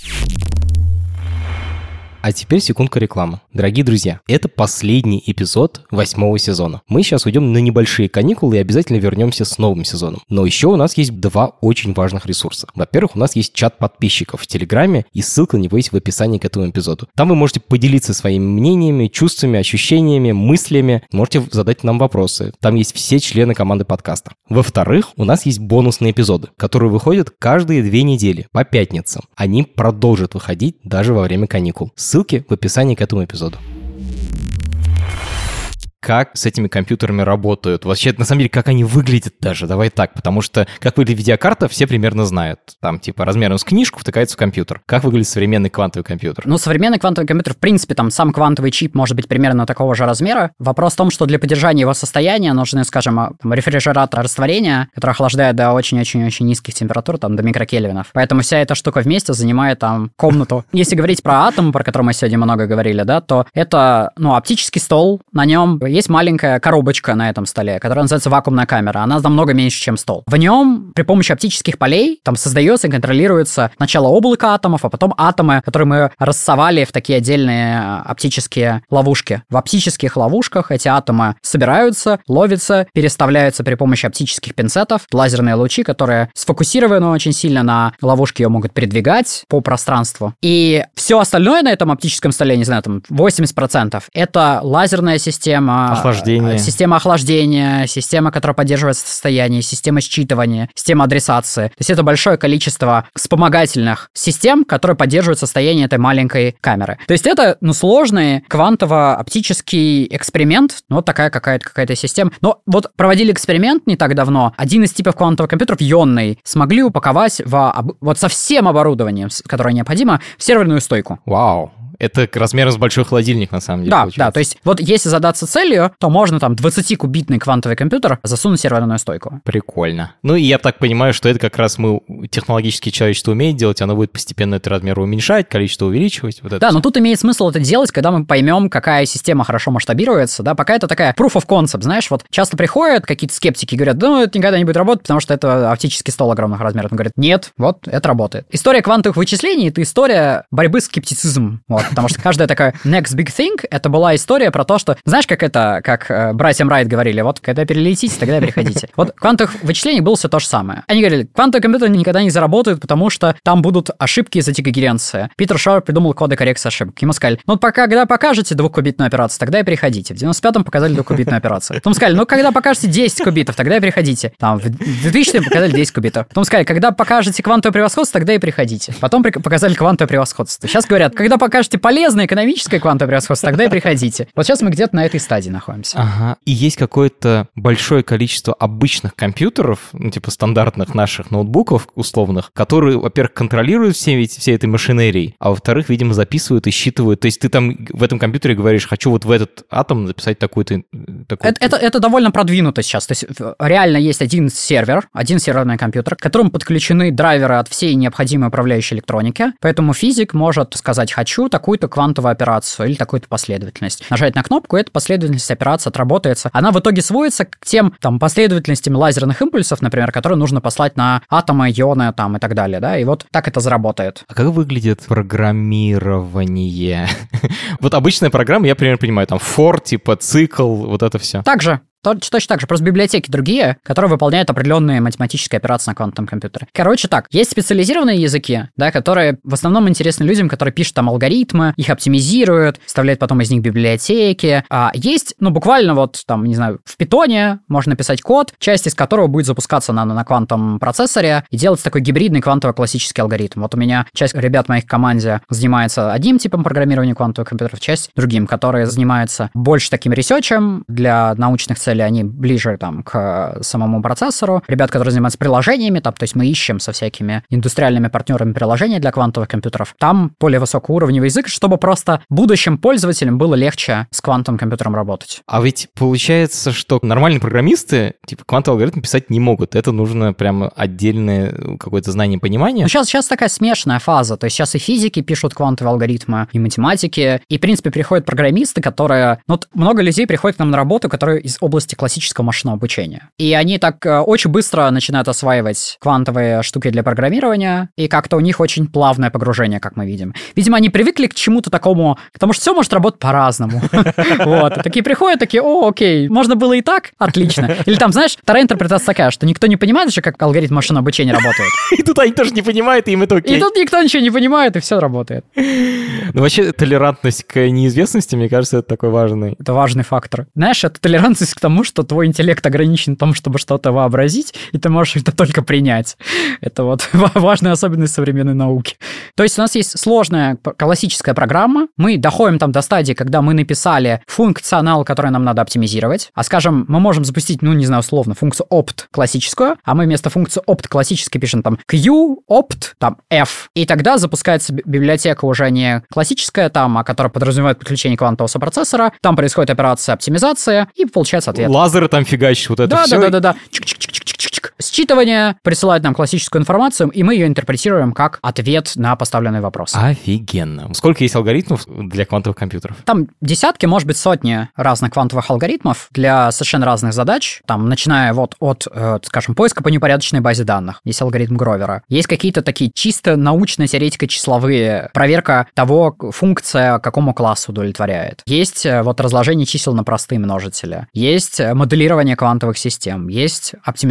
А теперь секундка рекламы. Дорогие друзья, это последний эпизод 8-го сезона. Мы сейчас уйдем на небольшие каникулы и обязательно вернемся с новым сезоном. Но еще у нас есть два очень важных ресурса. Во-первых, у нас есть чат подписчиков в Телеграме, и ссылка на него есть в описании к этому эпизоду. Там вы можете поделиться своими мнениями, чувствами, ощущениями, мыслями. Можете задать нам вопросы. Там есть все члены команды подкаста. Во-вторых, у нас есть бонусные эпизоды, которые выходят каждые 2 недели по пятницам. Они продолжат выходить даже во время каникул. Ссылки в описании к этому эпизоду. Как с этими компьютерами работают. Вообще, на самом деле, как они выглядят даже. Давай так, потому что как выглядит видеокарта, все примерно знают. Там, типа, размером с книжку втыкается в компьютер. Как выглядит современный квантовый компьютер? Ну, современный квантовый компьютер, в принципе, там сам квантовый чип может быть примерно такого же размера. Вопрос в том, что для поддержания его состояния нужны, скажем, рефрижератор растворения, который охлаждает до очень-очень-очень низких температур, там, до микрокельвинов. Поэтому вся эта штука вместе занимает там комнату. Если говорить про атом, про который мы сегодня много говорили, да, то это, оптический стол, на нем есть маленькая коробочка на этом столе, которая называется вакуумная камера. Она намного меньше, чем стол. В нем при помощи оптических полей там создается и контролируется сначала облако атомов, а потом атомы, которые мы рассовали в такие отдельные оптические ловушки. В оптических ловушках эти атомы собираются, ловятся, переставляются при помощи оптических пинцетов. Лазерные лучи, которые сфокусированы очень сильно на ловушке, ее могут передвигать по пространству. И все остальное на этом оптическом столе, не знаю, там 80%, это лазерная система, система охлаждения, система, которая поддерживает состояние, система считывания, система адресации. То есть это большое количество вспомогательных систем, которые поддерживают состояние этой маленькой камеры. То есть это, сложный квантово-оптический эксперимент, вот такая какая-то система. Но вот проводили эксперимент не так давно. Один из типов квантовых компьютеров, ионный, смогли упаковать вот со всем оборудованием, которое необходимо, в серверную стойку. Вау. Это размером с большой холодильник, на самом деле, получается. Да, то есть вот если задаться целью, то можно там 20-кубитный квантовый компьютер засунуть в серверную стойку. Прикольно. И я так понимаю, что это как раз технологически человечество умеет делать, оно будет постепенно этот размер уменьшать, количество увеличивать. Вот это но тут имеет смысл это делать, когда мы поймем, какая система хорошо масштабируется, да, пока это такая proof of concept, знаешь, вот часто приходят какие-то скептики и говорят, это никогда не будет работать, потому что это оптический стол огромных размеров. Он говорит, нет, вот, это работает. История квантовых вычислений — это история борьбы с скептицизмом, потому что каждая такая next big thing — это была история про то, что, знаешь, как братьям Райт говорили, вот, когда перелетите, тогда приходите. Вот в квантовых вычислениях было все то же самое. Они говорили, квантовые компьютеры никогда не заработают, потому что там будут ошибки из-за декогеренции. Питер Шор придумал коды коррекции ошибок. Ему сказали, когда покажете двухкубитную операцию, тогда и приходите. В 95-м показали двухкубитную операцию. Потом сказали, когда покажете 10 кубитов, тогда и приходите. Там, в 2000-м показали 10 кубитов. Потом сказали, когда покажете квантовое превосходство, тогда и приходите. Потом показали квантовое превосходство. Сейчас говорят, когда покажете полезное экономическое квантовое превосходство, тогда и приходите. Вот сейчас мы где-то на этой стадии находимся. Ага. И есть какое-то большое количество обычных компьютеров, стандартных наших ноутбуков условных, которые, во-первых, контролируют всей этой машинерией, а во-вторых, видимо, записывают и считывают. То есть ты там в этом компьютере говоришь, хочу вот в этот атом записать такую-то... Это довольно продвинуто сейчас. То есть реально есть один серверный компьютер, к которому подключены драйверы от всей необходимой управляющей электроники, поэтому физик может сказать, хочу такую-то квантовую операцию или такую-то последовательность. Нажать на кнопку, эта последовательность операции отработается. Она в итоге сводится к тем последовательностям лазерных импульсов, например, которые нужно послать на атомы, ионы и так далее, да, и вот так это заработает. А как выглядит программирование? Вот обычная программа, я примерно понимаю, for, цикл, вот это все. Также. Точно так же, просто библиотеки другие, которые выполняют определенные математические операции на квантовом компьютере. Короче так, есть специализированные языки, да, которые в основном интересны людям, которые пишут алгоритмы, их оптимизируют, вставляют потом из них библиотеки. А есть, буквально в питоне можно написать код, часть из которого будет запускаться на квантовом процессоре и делать такой гибридный квантово-классический алгоритм. Вот у меня часть ребят в моей команде занимается одним типом программирования квантовых компьютеров, часть другим, которые занимаются больше таким ресерчем для научных целей, они ближе к самому процессору. Ребят, которые занимаются приложениями, то есть мы ищем со всякими индустриальными партнерами приложения для квантовых компьютеров. Там более высокоуровневый язык, чтобы просто будущим пользователям было легче с квантовым компьютером работать. А ведь получается, что нормальные программисты квантовый алгоритм писать не могут. Это нужно прямо отдельное какое-то знание, понимание. Сейчас такая смешанная фаза. То есть сейчас и физики пишут квантовые алгоритмы, и математики, и, в принципе, приходят программисты, которые... много людей приходят к нам на работу, которые из области классического машинного обучения. И они так очень быстро начинают осваивать квантовые штуки для программирования, и как-то у них очень плавное погружение, как мы видим. Видимо, они привыкли к чему-то такому, потому что все может работать по-разному. Вот. Такие приходят, такие, окей, можно было и так? Отлично. Или там, знаешь, вторая интерпретация такая, что никто не понимает еще, как алгоритм машинного обучения работает. И тут они тоже не понимают, и им это окей. И тут никто ничего не понимает, и все работает. Вообще, толерантность к неизвестности, мне кажется, это такой важный. Это важный фактор. Знаешь, это толерантность к тому, что твой интеллект ограничен в том, чтобы что-то вообразить, и ты можешь это только принять. Это важная особенность современной науки. То есть у нас есть сложная классическая программа, мы доходим до стадии, когда мы написали функционал, который нам надо оптимизировать, а, скажем, мы можем запустить, условно, функцию opt классическую, а мы вместо функции opt классической пишем q, opt, f, и тогда запускается библиотека уже не классическая, а которая подразумевает подключение квантового сопроцессора, там происходит операция оптимизации, и получается ответ. Лазеры там фигачат, вот это все. Да. Считывание присылает нам классическую информацию, и мы ее интерпретируем как ответ на поставленный вопрос. Офигенно. Сколько есть алгоритмов для квантовых компьютеров? Там десятки, может быть, сотни разных квантовых алгоритмов для совершенно разных задач, начиная от, скажем, поиска по непорядочной базе данных. Есть алгоритм Гровера. Есть какие-то такие чисто научно-теоретико-числовые, проверка того, функция какому классу удовлетворяет. Есть разложение чисел на простые множители. Есть моделирование квантовых систем. Есть оптимизационная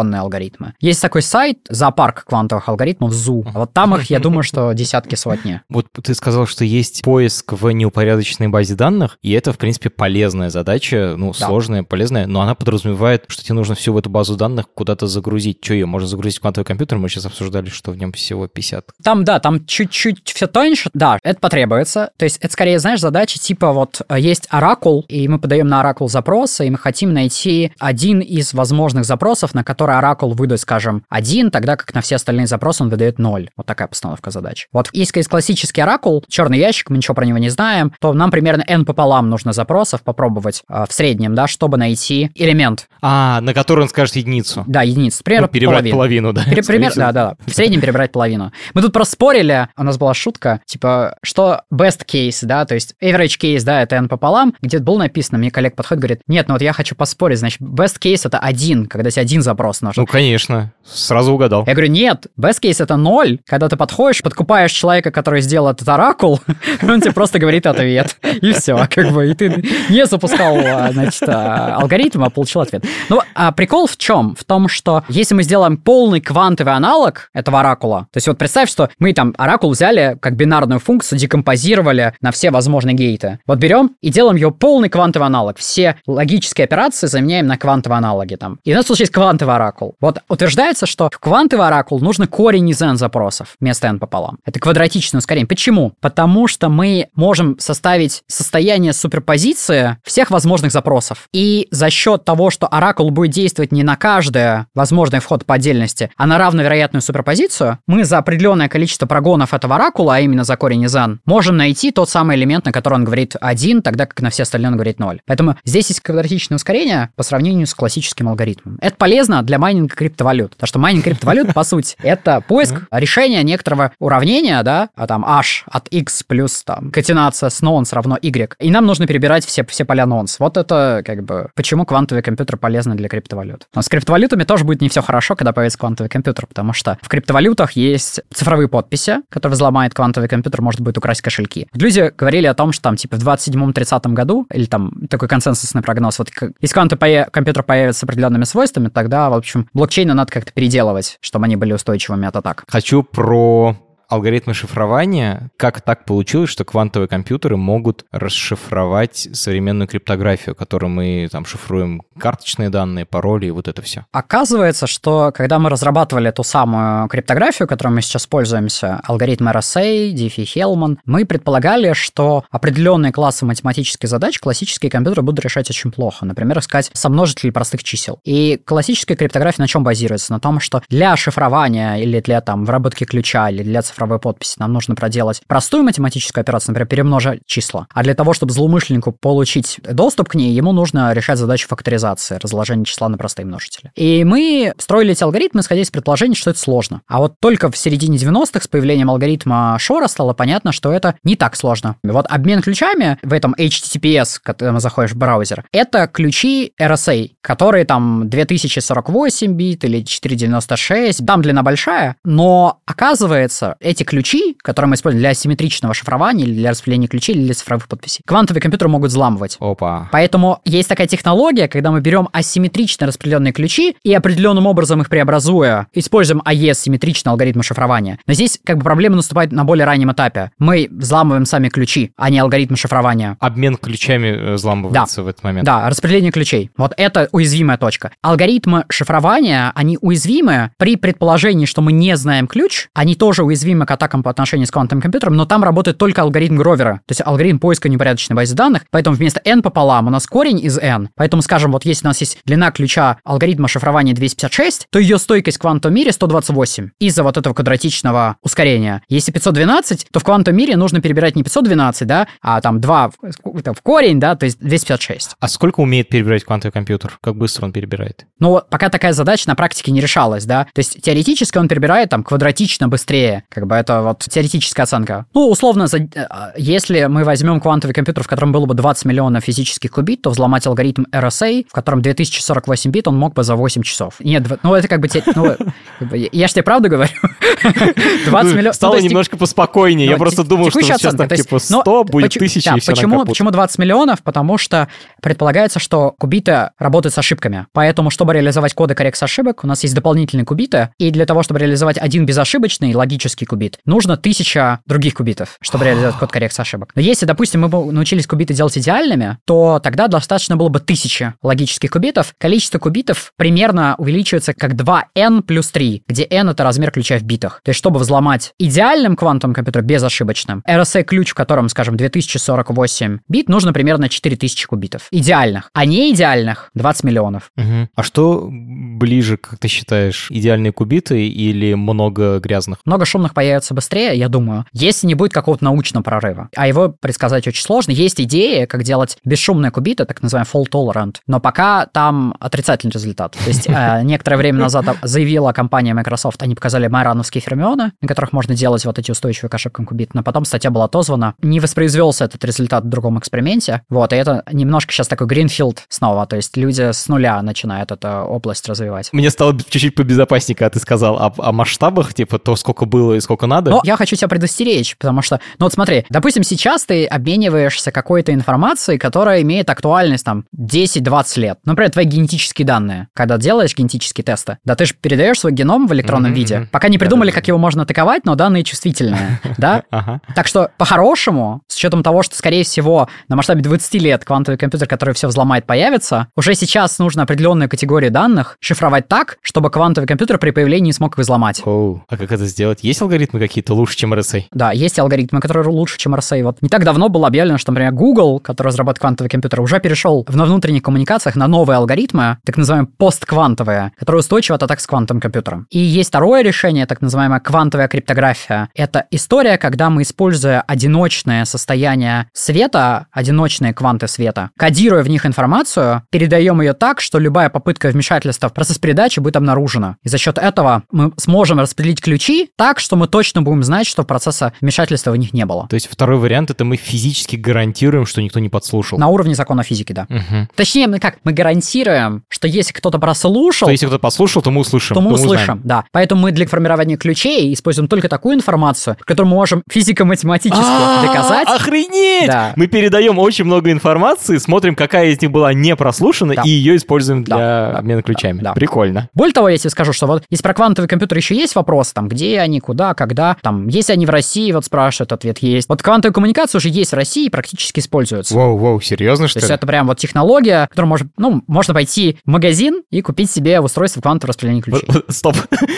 современные алгоритмы. Есть такой сайт, зоопарк квантовых алгоритмов, ЗУ. Вот там их, я думаю, что десятки, сотни. Вот ты сказал, что есть поиск в неупорядоченной базе данных, и это, в принципе, полезная задача, сложная, полезная, но она подразумевает, что тебе нужно всю эту базу данных куда-то загрузить. Что ее можно загрузить в квантовый компьютер? Мы сейчас обсуждали, что в нем всего 50. Там чуть-чуть все тоньше. Да, это потребуется. То есть это скорее, знаешь, задача типа вот есть оракул, и мы подаем на оракул запросы, и мы хотим найти один из возможных запросов, на который оракул выдает, скажем, 1, тогда как на все остальные запросы он выдает 0. Вот такая постановка задач. Вот если есть классический оракул, черный ящик, мы ничего про него не знаем, то нам примерно n пополам нужно запросов попробовать в среднем, да, чтобы найти элемент. На который он скажет единицу. Да, единицу. Примерно перебрать половину, да. Да. В среднем перебрать половину. Мы тут просто спорили, у нас была шутка, типа, что best case, да, то есть average case, да, это n пополам, где было написано, мне коллега подходит, говорит, нет, вот я хочу поспорить, значит, best case это 1, когда тебе один запрос нужен. Конечно, сразу угадал. Я говорю, нет, best case это 0, когда ты подходишь, подкупаешь человека, который сделал этот оракул, он тебе просто говорит ответ, и все, и ты не запускал, значит, алгоритм, а получил ответ. А прикол в чем? В том, что если мы сделаем полный квантовый аналог этого оракула, то есть вот представь, что мы там оракул взяли как бинарную функцию, декомпозировали на все возможные гейты. Вот берем и делаем ее полный квантовый аналог. Все логические операции заменяем на квантовые аналоги там. И у нас получается квантовый оракул. Вот утверждается, что в квантовый оракул нужно корень из n запросов вместо n пополам. Это квадратичное ускорение. Почему? Потому что мы можем составить состояние суперпозиции всех возможных запросов. И за счет того, что оракул будет действовать не на каждый возможный вход по отдельности, а на равновероятную суперпозицию, мы за определенное количество прогонов этого оракула, а именно за корень из n, можем найти тот самый элемент, на который он говорит 1, тогда как на все остальные он говорит 0. Поэтому здесь есть квадратичное ускорение по сравнению с классическим алгоритмом. Это полезно для майнинга криптовалют. Потому что майнинг криптовалют, по сути, это поиск решения некоторого уравнения, да, там h от x плюс там конкатенация с nonce равно y. И нам нужно перебирать все поля nonce. Вот это почему квантовый компьютер полезны для криптовалют. Но с криптовалютами тоже будет не все хорошо, когда появится квантовый компьютер, потому что в криптовалютах есть цифровые подписи, которые взломает квантовый компьютер, может быть украсть кошельки. Люди говорили о том, что там типа в 27-30 году, или там такой консенсусный прогноз, вот если квантовый компьютер появится с определенными свойствами, тогда, в общем, блокчейны надо как-то переделывать, чтобы они были устойчивыми от атак. Хочу про алгоритмы шифрования. Как так получилось, что квантовые компьютеры могут расшифровать современную криптографию, которую мы там шифруем карточные данные, пароли и вот это все? Оказывается, что когда мы разрабатывали ту самую криптографию, которой мы сейчас пользуемся, алгоритм RSA, Diffie-Hellman, мы предполагали, что определенные классы математических задач классические компьютеры будут решать очень плохо. Например, искать сомножители простых чисел. И классическая криптография на чем базируется? На том, что для шифрования или для там выработки ключа, или для цифровой подписи нам нужно проделать простую математическую операцию, например, перемножить числа. А для того, чтобы злоумышленнику получить доступ к ней, ему нужно решать задачу факторизации, разложения числа на простые множители. И мы строили эти алгоритмы, исходя из предположения, что это сложно. А вот только в середине 90-х с появлением алгоритма Шора стало понятно, что это не так сложно. Вот обмен ключами в этом HTTPS, когда заходишь в браузер, это ключи RSA, которые там 2048 бит или 496, там длина большая, но оказывается, эти ключи, которые мы используем для асимметричного шифрования или для распределения ключей или для цифровых подписей, квантовые компьютеры могут взламывать. Опа. Поэтому есть такая технология, когда мы берем асимметрично распределенные ключи и определенным образом их преобразуя, используем AES, симметричный алгоритм шифрования. Но здесь проблема наступает на более раннем этапе. Мы взламываем сами ключи, а не алгоритмы шифрования. Обмен ключами взламывается в этот момент. Да, распределение ключей. Вот это уязвимая точка. Алгоритмы шифрования, они уязвимы при предположении, что мы не знаем ключ, они тоже уязвимы к атакам по отношению с квантовым компьютером, но там работает только алгоритм Гровера, то есть алгоритм поиска непорядочной базы данных, поэтому вместо n пополам у нас корень из n. Поэтому, скажем, вот если у нас есть длина ключа алгоритма шифрования 256, то ее стойкость в квантовом мире 128 из-за вот этого квадратичного ускорения. Если 512, то в квантовом мире нужно перебирать не 512, да, а там 2 в корень, да, то есть 256. А сколько умеет перебирать квантовый компьютер? Как быстро он перебирает? Ну, пока такая задача на практике не решалась, да, то есть теоретически он перебирает там квадратично быстрее, бы это вот теоретическая оценка. Ну, условно, если мы возьмем квантовый компьютер, в котором было бы 20 миллионов физических кубит, то взломать алгоритм RSA, в котором 2048 бит, он мог бы за 8 часов. Нет, ну это как бы... Я ж тебе правду говорю. 20 миллионов... Стало немножко поспокойнее. Я просто думал, что сейчас там типа 100 будет 1000 и все на капут. Почему 20 миллионов? Потому что предполагается, что кубиты работают с ошибками. Поэтому, чтобы реализовать коды коррекции ошибок, у нас есть дополнительные кубиты, и для того, чтобы реализовать один безошибочный логический кубит, нужно 1000 других кубитов, чтобы реализовать код коррекции ошибок. Но если, допустим, мы бы научились кубиты делать идеальными, то тогда достаточно было бы 1000 логических кубитов. Количество кубитов примерно увеличивается как 2n плюс 3, где n — это размер ключа в битах. То есть, чтобы взломать идеальным квантовым компьютером, безошибочным, RSA-ключ, в котором, скажем, 2048 бит, нужно примерно 4000 кубитов. Идеальных. А не идеальных — 20 миллионов. А что ближе, как ты считаешь, идеальные кубиты или много грязных? Много шумных появится быстрее, я думаю, если не будет какого-то научного прорыва. А его предсказать очень сложно. Есть идеи, как делать бесшумные кубиты, так называемый fault tolerant, но пока там отрицательный результат. То есть некоторое время назад заявила компания Microsoft, они показали майрановские фермионы, на которых можно делать вот эти устойчивые к ошибкам кубиты, но потом статья была отозвана. Не воспроизвелся этот результат в другом эксперименте. Вот, и это немножко сейчас такой гринфилд снова, то есть люди с нуля начинают эту область развивать. Мне стало чуть-чуть побезопаснее, когда ты сказал о масштабах, типа то, сколько было и сколько надо. Но я хочу тебя предостеречь, потому что, ну вот смотри, допустим, сейчас ты обмениваешься какой-то информацией, которая имеет актуальность там 10-20 лет. Например, твои генетические данные. Когда делаешь генетические тесты, да ты же передаешь свой геном в электронном виде. Пока не придумали, как его можно атаковать, но данные чувствительные, да? Так что, по-хорошему, с учетом того, что, скорее всего, на масштабе 20 лет квантовый компьютер, который все взломает, появится, уже сейчас нужно определенную категорию данных шифровать так, чтобы квантовый компьютер при появлении не смог их взломать. А как это сделать? Есть алгоритмы какие-то лучше, чем RSA? Да, есть алгоритмы, которые лучше, чем RSA. Вот не так давно было объявлено, что, например, Google, который разрабатывает квантовый компьютер, уже перешел на внутренних коммуникациях на новые алгоритмы, так называемые постквантовые, которые устойчивы от атак с квантовым компьютером. И есть второе решение, так называемая квантовая криптография. Это история, когда мы, используя одиночное состояние света, одиночные кванты света, кодируя в них информацию, передаем ее так, что любая попытка вмешательства в процесс передачи будет обнаружена. И за счет этого мы сможем распределить ключи так, что мы точно будем знать, что процесса вмешательства в них не было. То есть второй вариант — это мы физически гарантируем, что никто не подслушал. На уровне закона физики, да. Точнее, мы гарантируем, что если кто-то прослушал... То если кто-то подслушал, то мы услышим. То мы услышим, да. Поэтому мы для формирования ключей используем только такую информацию, которую мы можем физико-математически доказать. Охренеть! Да. Мы передаем очень много информации, смотрим, какая из них была не прослушана, и ее используем для обмена ключами. Да. Прикольно. Более того, я тебе скажу, что вот если про квантовый компьютер еще есть вопрос, там, где они, куда, когда, там, есть они в России, вот спрашивают, ответ есть. Вот квантовая коммуникация уже есть в России и практически используется. Воу, серьезно, что ли? То есть это прям вот технология, которую можно пойти в магазин и купить себе устройство квантового распределения ключей. Стоп.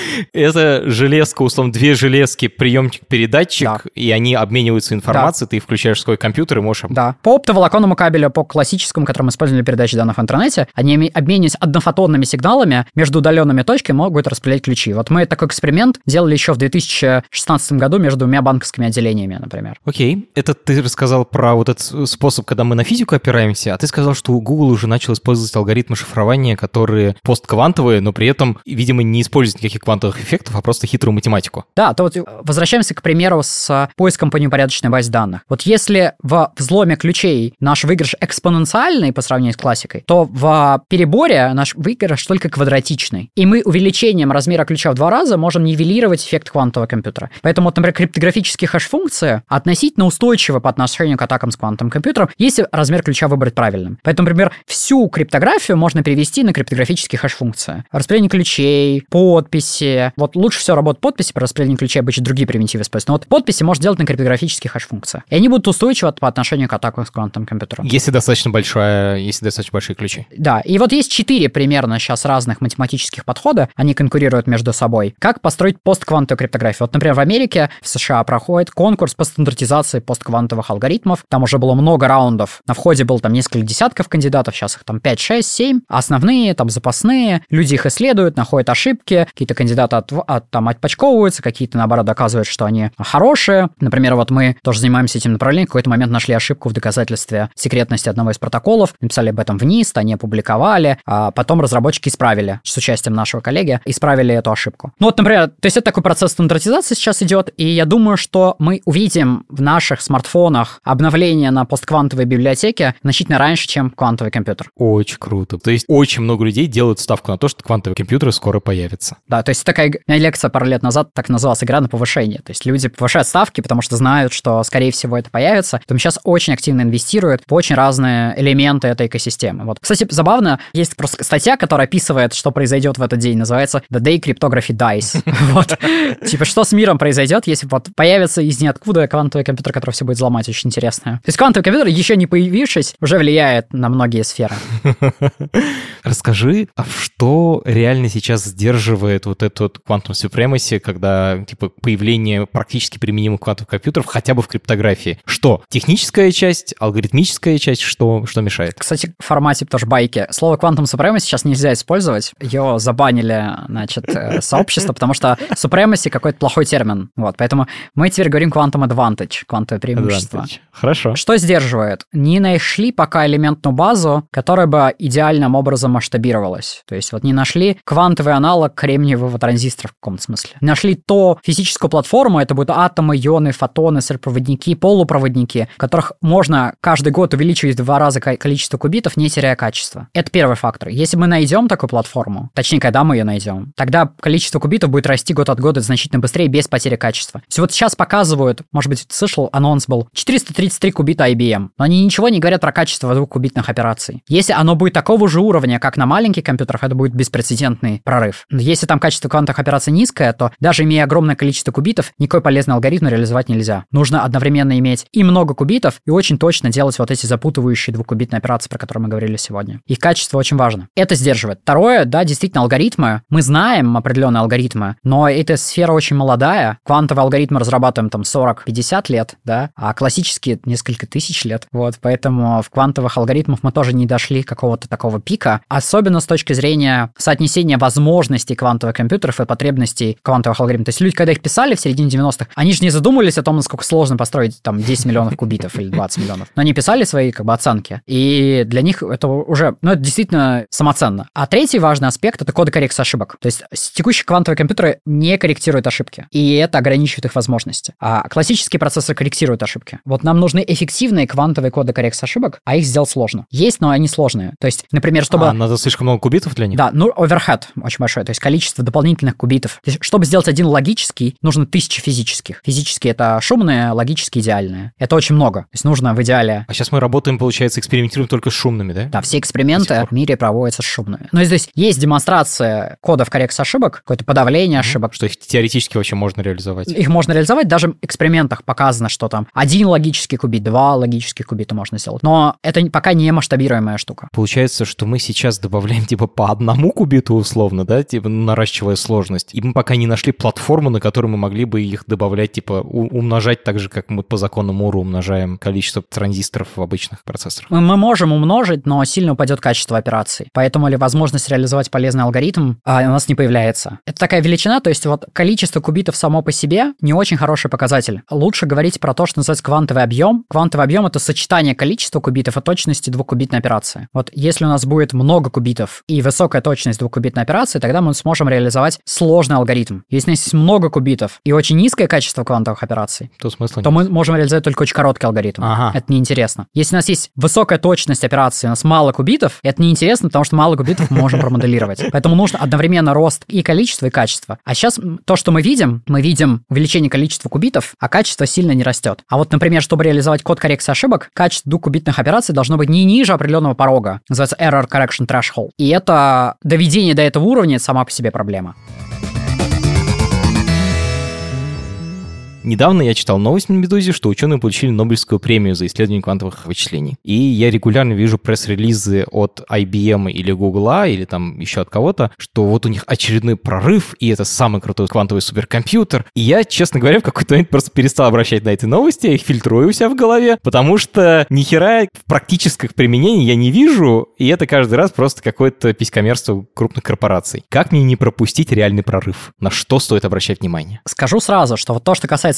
Это железка, условно, 2 железки, приемчик-передатчик, Да. и они обмениваются информацией, ты включаешь свой компьютер и можешь... Да. По оптоволоконному кабелю, по классическому, который мы используем для передачи данных в интернете, они, обмениваясь однофотонными сигналами, между удаленными точками могут распределять ключи. Вот мы такой эксперимент делали еще в 2016 году между 2 банковскими отделениями, например. Окей. Это ты рассказал про вот этот способ, когда мы на физику опираемся, а ты сказал, что Google уже начал использовать алгоритмы шифрования, которые постквантовые, но при этом, видимо, не используют никаких квантовых эффектов, а просто хитрую математику. Да, то вот возвращаемся, к примеру, с поиском по неупорядоченной базе данных. Вот если в взломе ключей наш выигрыш экспоненциальный по сравнению с классикой, то в переборе наш выигрыш только квадратичный. И мы увеличением размера ключа в 2 раза можем нивелировать эффект квантового компьютера. Поэтому, вот, например, криптографические хэш-функции относительно устойчивы по отношению к атакам с квантовым компьютером, если размер ключа выбрать правильным. Поэтому, например, всю криптографию можно перевести на криптографические хэш-функции. Распределение ключей, подписи. Вот лучше всего работают подписи, при распределении ключей обычно другие примитивы используют. Но вот подписи можно делать на криптографические хэш-функции. И они будут устойчивы по отношению к атакам с квантовым компьютером. Если достаточно большие ключи. Да, и вот есть 4 примерно сейчас разных математических подхода, они конкурируют между собой. Как построить постквантовую криптографию? Вот, например, в Америке, в США проходит конкурс по стандартизации постквантовых алгоритмов. Там уже было много раундов. На входе было там несколько десятков кандидатов, сейчас их там 5, 6, 7. Основные, там запасные. Люди их исследуют, находят ошибки. Какие-то кандидаты отпочковываются, какие-то, наоборот, доказывают, что они хорошие. Например, вот мы тоже занимаемся этим направлением. В какой-то момент нашли ошибку в доказательстве секретности одного из протоколов, написали об этом в NIST, они опубликовали, а потом разработчики исправили исправили с участием нашего коллеги, исправили эту ошибку. Ну вот, например, то есть это такой процесс стандартизации сейчас идет, и я думаю, что мы увидим в наших смартфонах обновление на постквантовой библиотеке значительно раньше, чем квантовый компьютер. Очень круто. То есть очень много людей делают ставку на то, что квантовые компьютеры скоро появятся. Да, то есть такая у меня лекция пару лет назад так называлась «Игра на повышение». То есть люди повышают ставки, потому что знают, что, скорее всего, это появится. Поэтому сейчас очень активно инвестируют в очень разные элементы этой экосистемы. Вот. Кстати, забавно, есть просто статья, которая описывает, что произойдет в этот день. Называется «The Day Cryptography Dies». Вот. Типа, что с миром произойдет, если вот появится из ниоткуда квантовый компьютер, который все будет взломать. Очень интересно. То есть квантовый компьютер, еще не появившись, уже влияет на многие сферы. Расскажи, а что реально сейчас сдерживает вот этот quantum supremacy, когда типа появление практически применимых квантовых компьютеров хотя бы в криптографии? Что? Техническая часть, алгоритмическая часть, что мешает? Кстати, в формате тоже байки. Слово quantum supremacy сейчас нельзя использовать. Ее забанили, значит, сообщество, потому что supremacy какой-то плохой термин. Вот, поэтому мы теперь говорим quantum advantage, квантовое преимущество. Хорошо. Что сдерживает? Не нашли пока элементную базу, которая бы идеальным образом масштабировалась. То есть вот не нашли квантовый аналог кремниевого транзистора в каком-то смысле. Не нашли то физическую платформу, это будут атомы, ионы, фотоны, суперпроводники, полупроводники, в которых можно каждый год увеличивать в 2 раза количество кубитов, не теряя качества. Это первый фактор. Если мы найдем такую платформу, точнее, когда мы ее найдем, тогда количество кубитов будет расти год от года значительно быстрее, без потери качества. То есть вот сейчас показывают, может быть, слышал, анонс был, 433 кубита IBM, но они ничего не говорят про качество 2-кубитных операций. Если оно будет такого же уровня, как на маленьких компьютерах, это будет беспрецедентный прорыв. Но если там качество квантовых операций низкое, то даже имея огромное количество кубитов, никакой полезный алгоритм реализовать нельзя. Нужно одновременно иметь и много кубитов, и очень точно делать вот эти запутывающие 2-кубитные операции, про которые мы говорили сегодня. Их качество очень важно. Это сдерживает. Второе, да, действительно, алгоритмы. Мы знаем определенные алгоритмы, но эта сфера очень молодая. Квантовые алгоритмы разрабатываем там 40-50 лет, да, а классические несколько тысяч лет. Вот, поэтому в квантовых алгоритмах мы тоже не дошли какого-то такого пика, особенно с точки зрения соотнесения возможностей квантовых компьютеров и потребностей квантовых алгоритмов. То есть люди, когда их писали в середине 90-х, они же не задумывались о том, насколько сложно построить там 10 миллионов кубитов или 20 миллионов. Но они писали свои как бы оценки, и для них это уже, ну, это действительно самоценно. А третий важный аспект — это коды коррекции ошибок. То есть текущие квантовые компьютеры не корректируют ошибки, и это ограничивает их возможности. А классические процессоры корректируют ошибки. Вот нам нужны эффективные квантовые коды коррекции ошибок, а их сделать сложно. Есть, но они сложные. То есть, например, чтобы... надо слишком много кубитов для них? Да, ну, overhead очень большой, то есть количество дополнительных кубитов. То есть, чтобы сделать один логический, нужно 1000 физических. Физические — это шумные, логические — идеальные. Это очень много. То есть нужно в идеале... А сейчас мы работаем, получается, экспериментируем только с шумными, да? Да, все эксперименты в мире проводятся с шумными. Но здесь есть демонстрация кодов коррекции ошибок, какое-то подавление ошибок. Что их теоретически вообще можно реализовать? Их можно реализовать, даже в экспериментах показано, что там 1 логический кубит, 2 логических кубита можно сделать. Но это пока не масштабируемая штука. Получается, что мы сейчас добавляем типа по 1 кубиту условно, да, типа наращивая сложность. И мы пока не нашли платформу, на которой мы могли бы их добавлять, типа умножать так же, как мы по закону Мура умножаем количество транзисторов в обычных процессорах. Мы можем умножить, но сильно упадет качество операций. Поэтому ли возможность реализовать полезный алгоритм у нас не появляется. Это такая величина, то есть вот количество кубитов само по себе не очень хороший показатель. Лучше говорить про то, что называется квантовый объем. Квантовый объем — это сочетание количества кубитов и точности 2-кубитной операции. Вот если у нас будет много кубитов и высокая точность 2-кубитной операции, тогда мы сможем реализовать сложный алгоритм. Если у нас есть много кубитов и очень низкое качество квантовых операций, то мы можем реализовать только очень короткий алгоритм. Это неинтересно. Если у нас есть высокая точность операции, у нас мало кубитов, это неинтересно, потому что мало кубитов мы можем промоделировать. Поэтому нужно одновременно рост и количества, и качества. А сейчас то, что мы видим увеличение количества кубитов, а качество сильно не растет. А вот, например, чтобы реализовать код коррекции ошибок, качество 2-кубитных операций должно быть не ниже определенного порога. Называется Error Correction Threshold. И это доведение до этого уровня — это сама по себе проблема. Недавно я читал новость на Медузе, что ученые получили Нобелевскую премию за исследование квантовых вычислений. И я регулярно вижу пресс-релизы от IBM или Google, или там еще от кого-то, что вот у них очередной прорыв, и это самый крутой квантовый суперкомпьютер. И я, честно говоря, в какой-то момент просто перестал обращать на эти новости, я их фильтрую у себя в голове, потому что ни хера в практических применениях я не вижу, и это каждый раз просто какое-то писькомерство крупных корпораций. Как мне не пропустить реальный прорыв? На что стоит обращать внимание? Скажу сразу, что вот то, что касается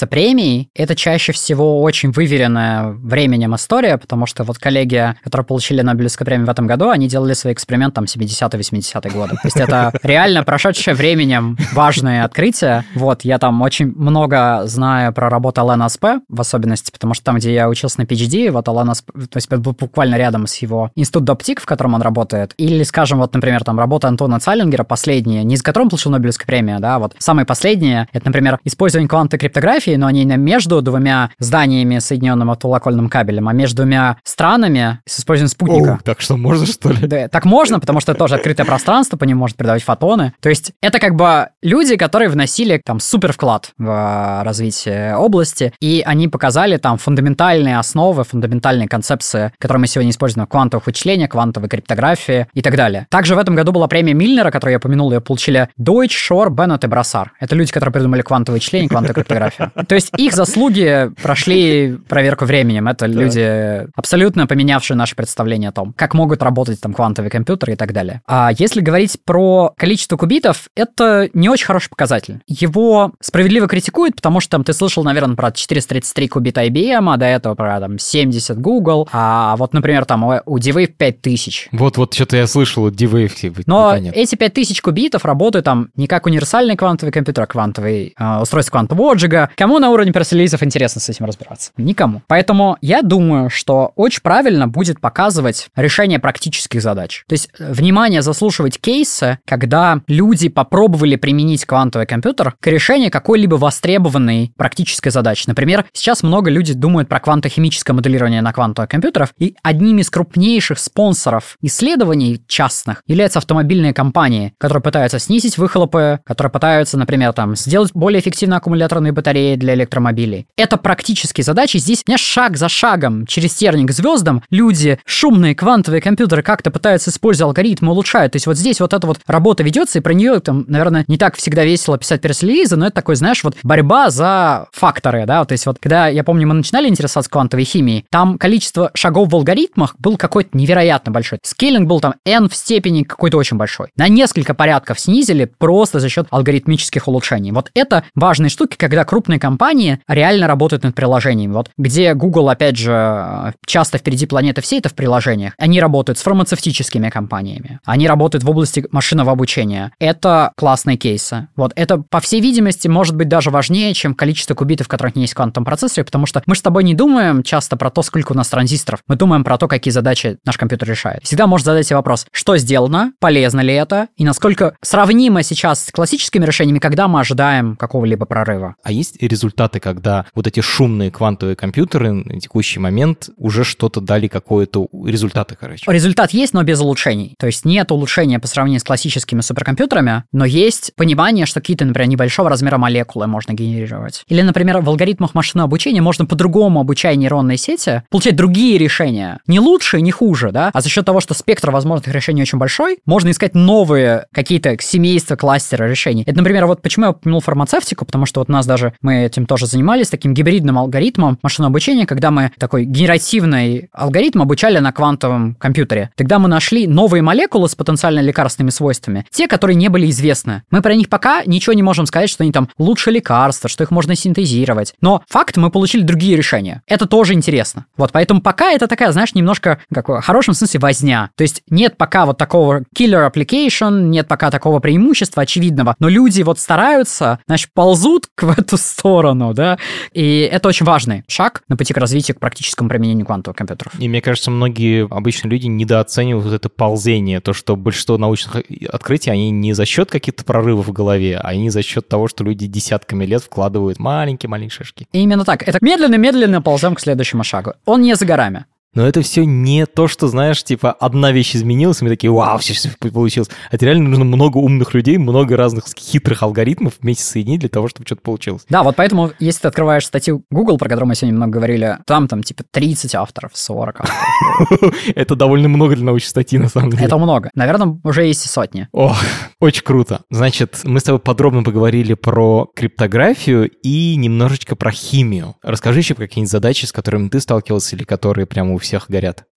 касается премий, это чаще всего очень выверенная временем история, потому что вот коллеги, которые получили Нобелевскую премию в этом году, они делали свой эксперимент там 70-80-е годы. То есть это реально прошедшее временем важное открытие. Вот, я там очень много знаю про работу Алана Аспе, в особенности, потому что там, где я учился на PhD, вот Алан Аспе, то есть был буквально рядом с его институт Доптик, в котором он работает. Или, скажем, вот, например, там работа Антона Цаллингера, последняя, не из которого он получил Нобелевскую премию, да, вот самые последние, это, например, использование квантовой криптографии, но не между двумя зданиями, соединенным оптоволокольным кабелем, а между двумя странами с использованием спутника. Так что можно, что ли? Да, так можно, потому что это тоже открытое пространство, по нему может передавать фотоны. То есть это как бы люди, которые вносили там супер вклад в развитие области, и они показали там фундаментальные основы, фундаментальные концепции, которые мы сегодня используем в квантовых вычислениях, квантовой криптографии и так далее. Также в этом году была премия Мильнера, которую я упомянул, ее получили Deutsch, Шор, Беннет и Брассар. Это люди, которые придумали квантовые вычисления, квантовую криптографию. То есть их заслуги прошли проверку временем. Это люди, абсолютно поменявшие наше представление о том, как могут работать там квантовые компьютеры и так далее. А если говорить про количество кубитов, это не очень хороший показатель. Его справедливо критикуют, потому что там ты слышал, наверное, про 433 кубита IBM, а до этого про там 70 Google, а вот, например, там у D-Wave 5000. Вот что-то я слышал от D-Wave. Но эти 5000 кубитов работают там не как универсальный квантовый компьютер, а квантовый устройство квантового отжига. Кому на уровне пресс-релизов интересно с этим разбираться? Никому. Поэтому я думаю, что очень правильно будет показывать решение практических задач. То есть, внимание, заслушивать кейсы, когда люди попробовали применить квантовый компьютер к решению какой-либо востребованной практической задачи. Например, сейчас много людей думают про квантохимическое моделирование на квантовых компьютерах, и одним из крупнейших спонсоров исследований частных являются автомобильные компании, которые пытаются снизить выхлопы, которые пытаются, например, там, сделать более эффективные аккумуляторные батареи для электромобилей. Это практические задачи. Здесь, шаг за шагом через терник к звездам люди, шумные квантовые компьютеры как-то пытаются использовать алгоритмы, улучшают. То есть вот здесь вот эта вот работа ведется, и про нее там, наверное, не так всегда весело писать пресс-релизы, но это такой, знаешь, вот борьба за факторы, да, то есть вот когда, я помню, мы начинали интересоваться квантовой химией, там количество шагов в алгоритмах было какое-то невероятно большое. Скейлинг был там n в степени какой-то очень большой. На несколько порядков снизили просто за счет алгоритмических улучшений. Вот это важные штуки, когда крупные компании реально работают над приложениями. Вот где Google, опять же, часто впереди планеты всей, это в приложениях. Они работают с фармацевтическими компаниями. Они работают в области машинного обучения. Это классные кейсы. Вот это, по всей видимости, может быть даже важнее, чем количество кубитов, в которых есть в квантовом процессоре, потому что мы с тобой не думаем часто про то, сколько у нас транзисторов. Мы думаем про то, какие задачи наш компьютер решает. Всегда можно задать себе вопрос, что сделано, полезно ли это, и насколько сравнимо сейчас с классическими решениями, когда мы ожидаем какого-либо прорыва. А есть результаты, когда вот эти шумные квантовые компьютеры на текущий момент уже что-то дали, какое-то результаты, короче? Результат есть, но без улучшений. То есть нет улучшения по сравнению с классическими суперкомпьютерами, но есть понимание, что какие-то, например, небольшого размера молекулы можно генерировать. Или, например, в алгоритмах машинного обучения можно по-другому, обучая нейронные сети, получать другие решения. Не лучше, не хуже, да? А за счет того, что спектр возможных решений очень большой, можно искать новые какие-то семейства, кластеры решений. Это, например, вот почему я упомянул фармацевтику, потому что вот у нас даже, мы этим тоже занимались, таким гибридным алгоритмом машинного обучения, когда мы такой генеративный алгоритм обучали на квантовом компьютере. Тогда мы нашли новые молекулы с потенциально лекарственными свойствами, те, которые не были известны. Мы про них пока ничего не можем сказать, что они там лучше лекарства, что их можно синтезировать. Но факт, мы получили другие решения. Это тоже интересно. Вот, поэтому пока это такая, знаешь, немножко, как в хорошем смысле, возня. То есть нет пока вот такого killer application, нет пока такого преимущества очевидного, но люди вот стараются, значит, ползут в эту сторону, да, и это очень важный шаг на пути к развитию, к практическому применению квантовых компьютеров. И мне кажется, многие обычные люди недооценивают вот это ползение, то, что большинство научных открытий, они не за счет каких-то прорывов в голове, а они за счет того, что люди десятками лет вкладывают маленькие-маленькие шажки. И именно так. Это медленно-медленно ползем к следующему шагу. Он не за горами. Но это все не то, что, знаешь, типа, одна вещь изменилась, и мы такие, вау, все получилось. Это реально нужно много умных людей, много разных хитрых алгоритмов вместе соединить для того, чтобы что-то получилось. Да, вот поэтому, если ты открываешь статью Google, про которую мы сегодня много говорили, там типа 30 авторов, 40 авторов. Это довольно много для научной статьи, на самом деле. Это много. Наверное, уже есть и сотни. Ох, очень круто. Значит, мы с тобой подробно поговорили про криптографию и немножечко про химию. Расскажи еще про какие-нибудь задачи, с которыми ты сталкивался или которые прямо у всех горят.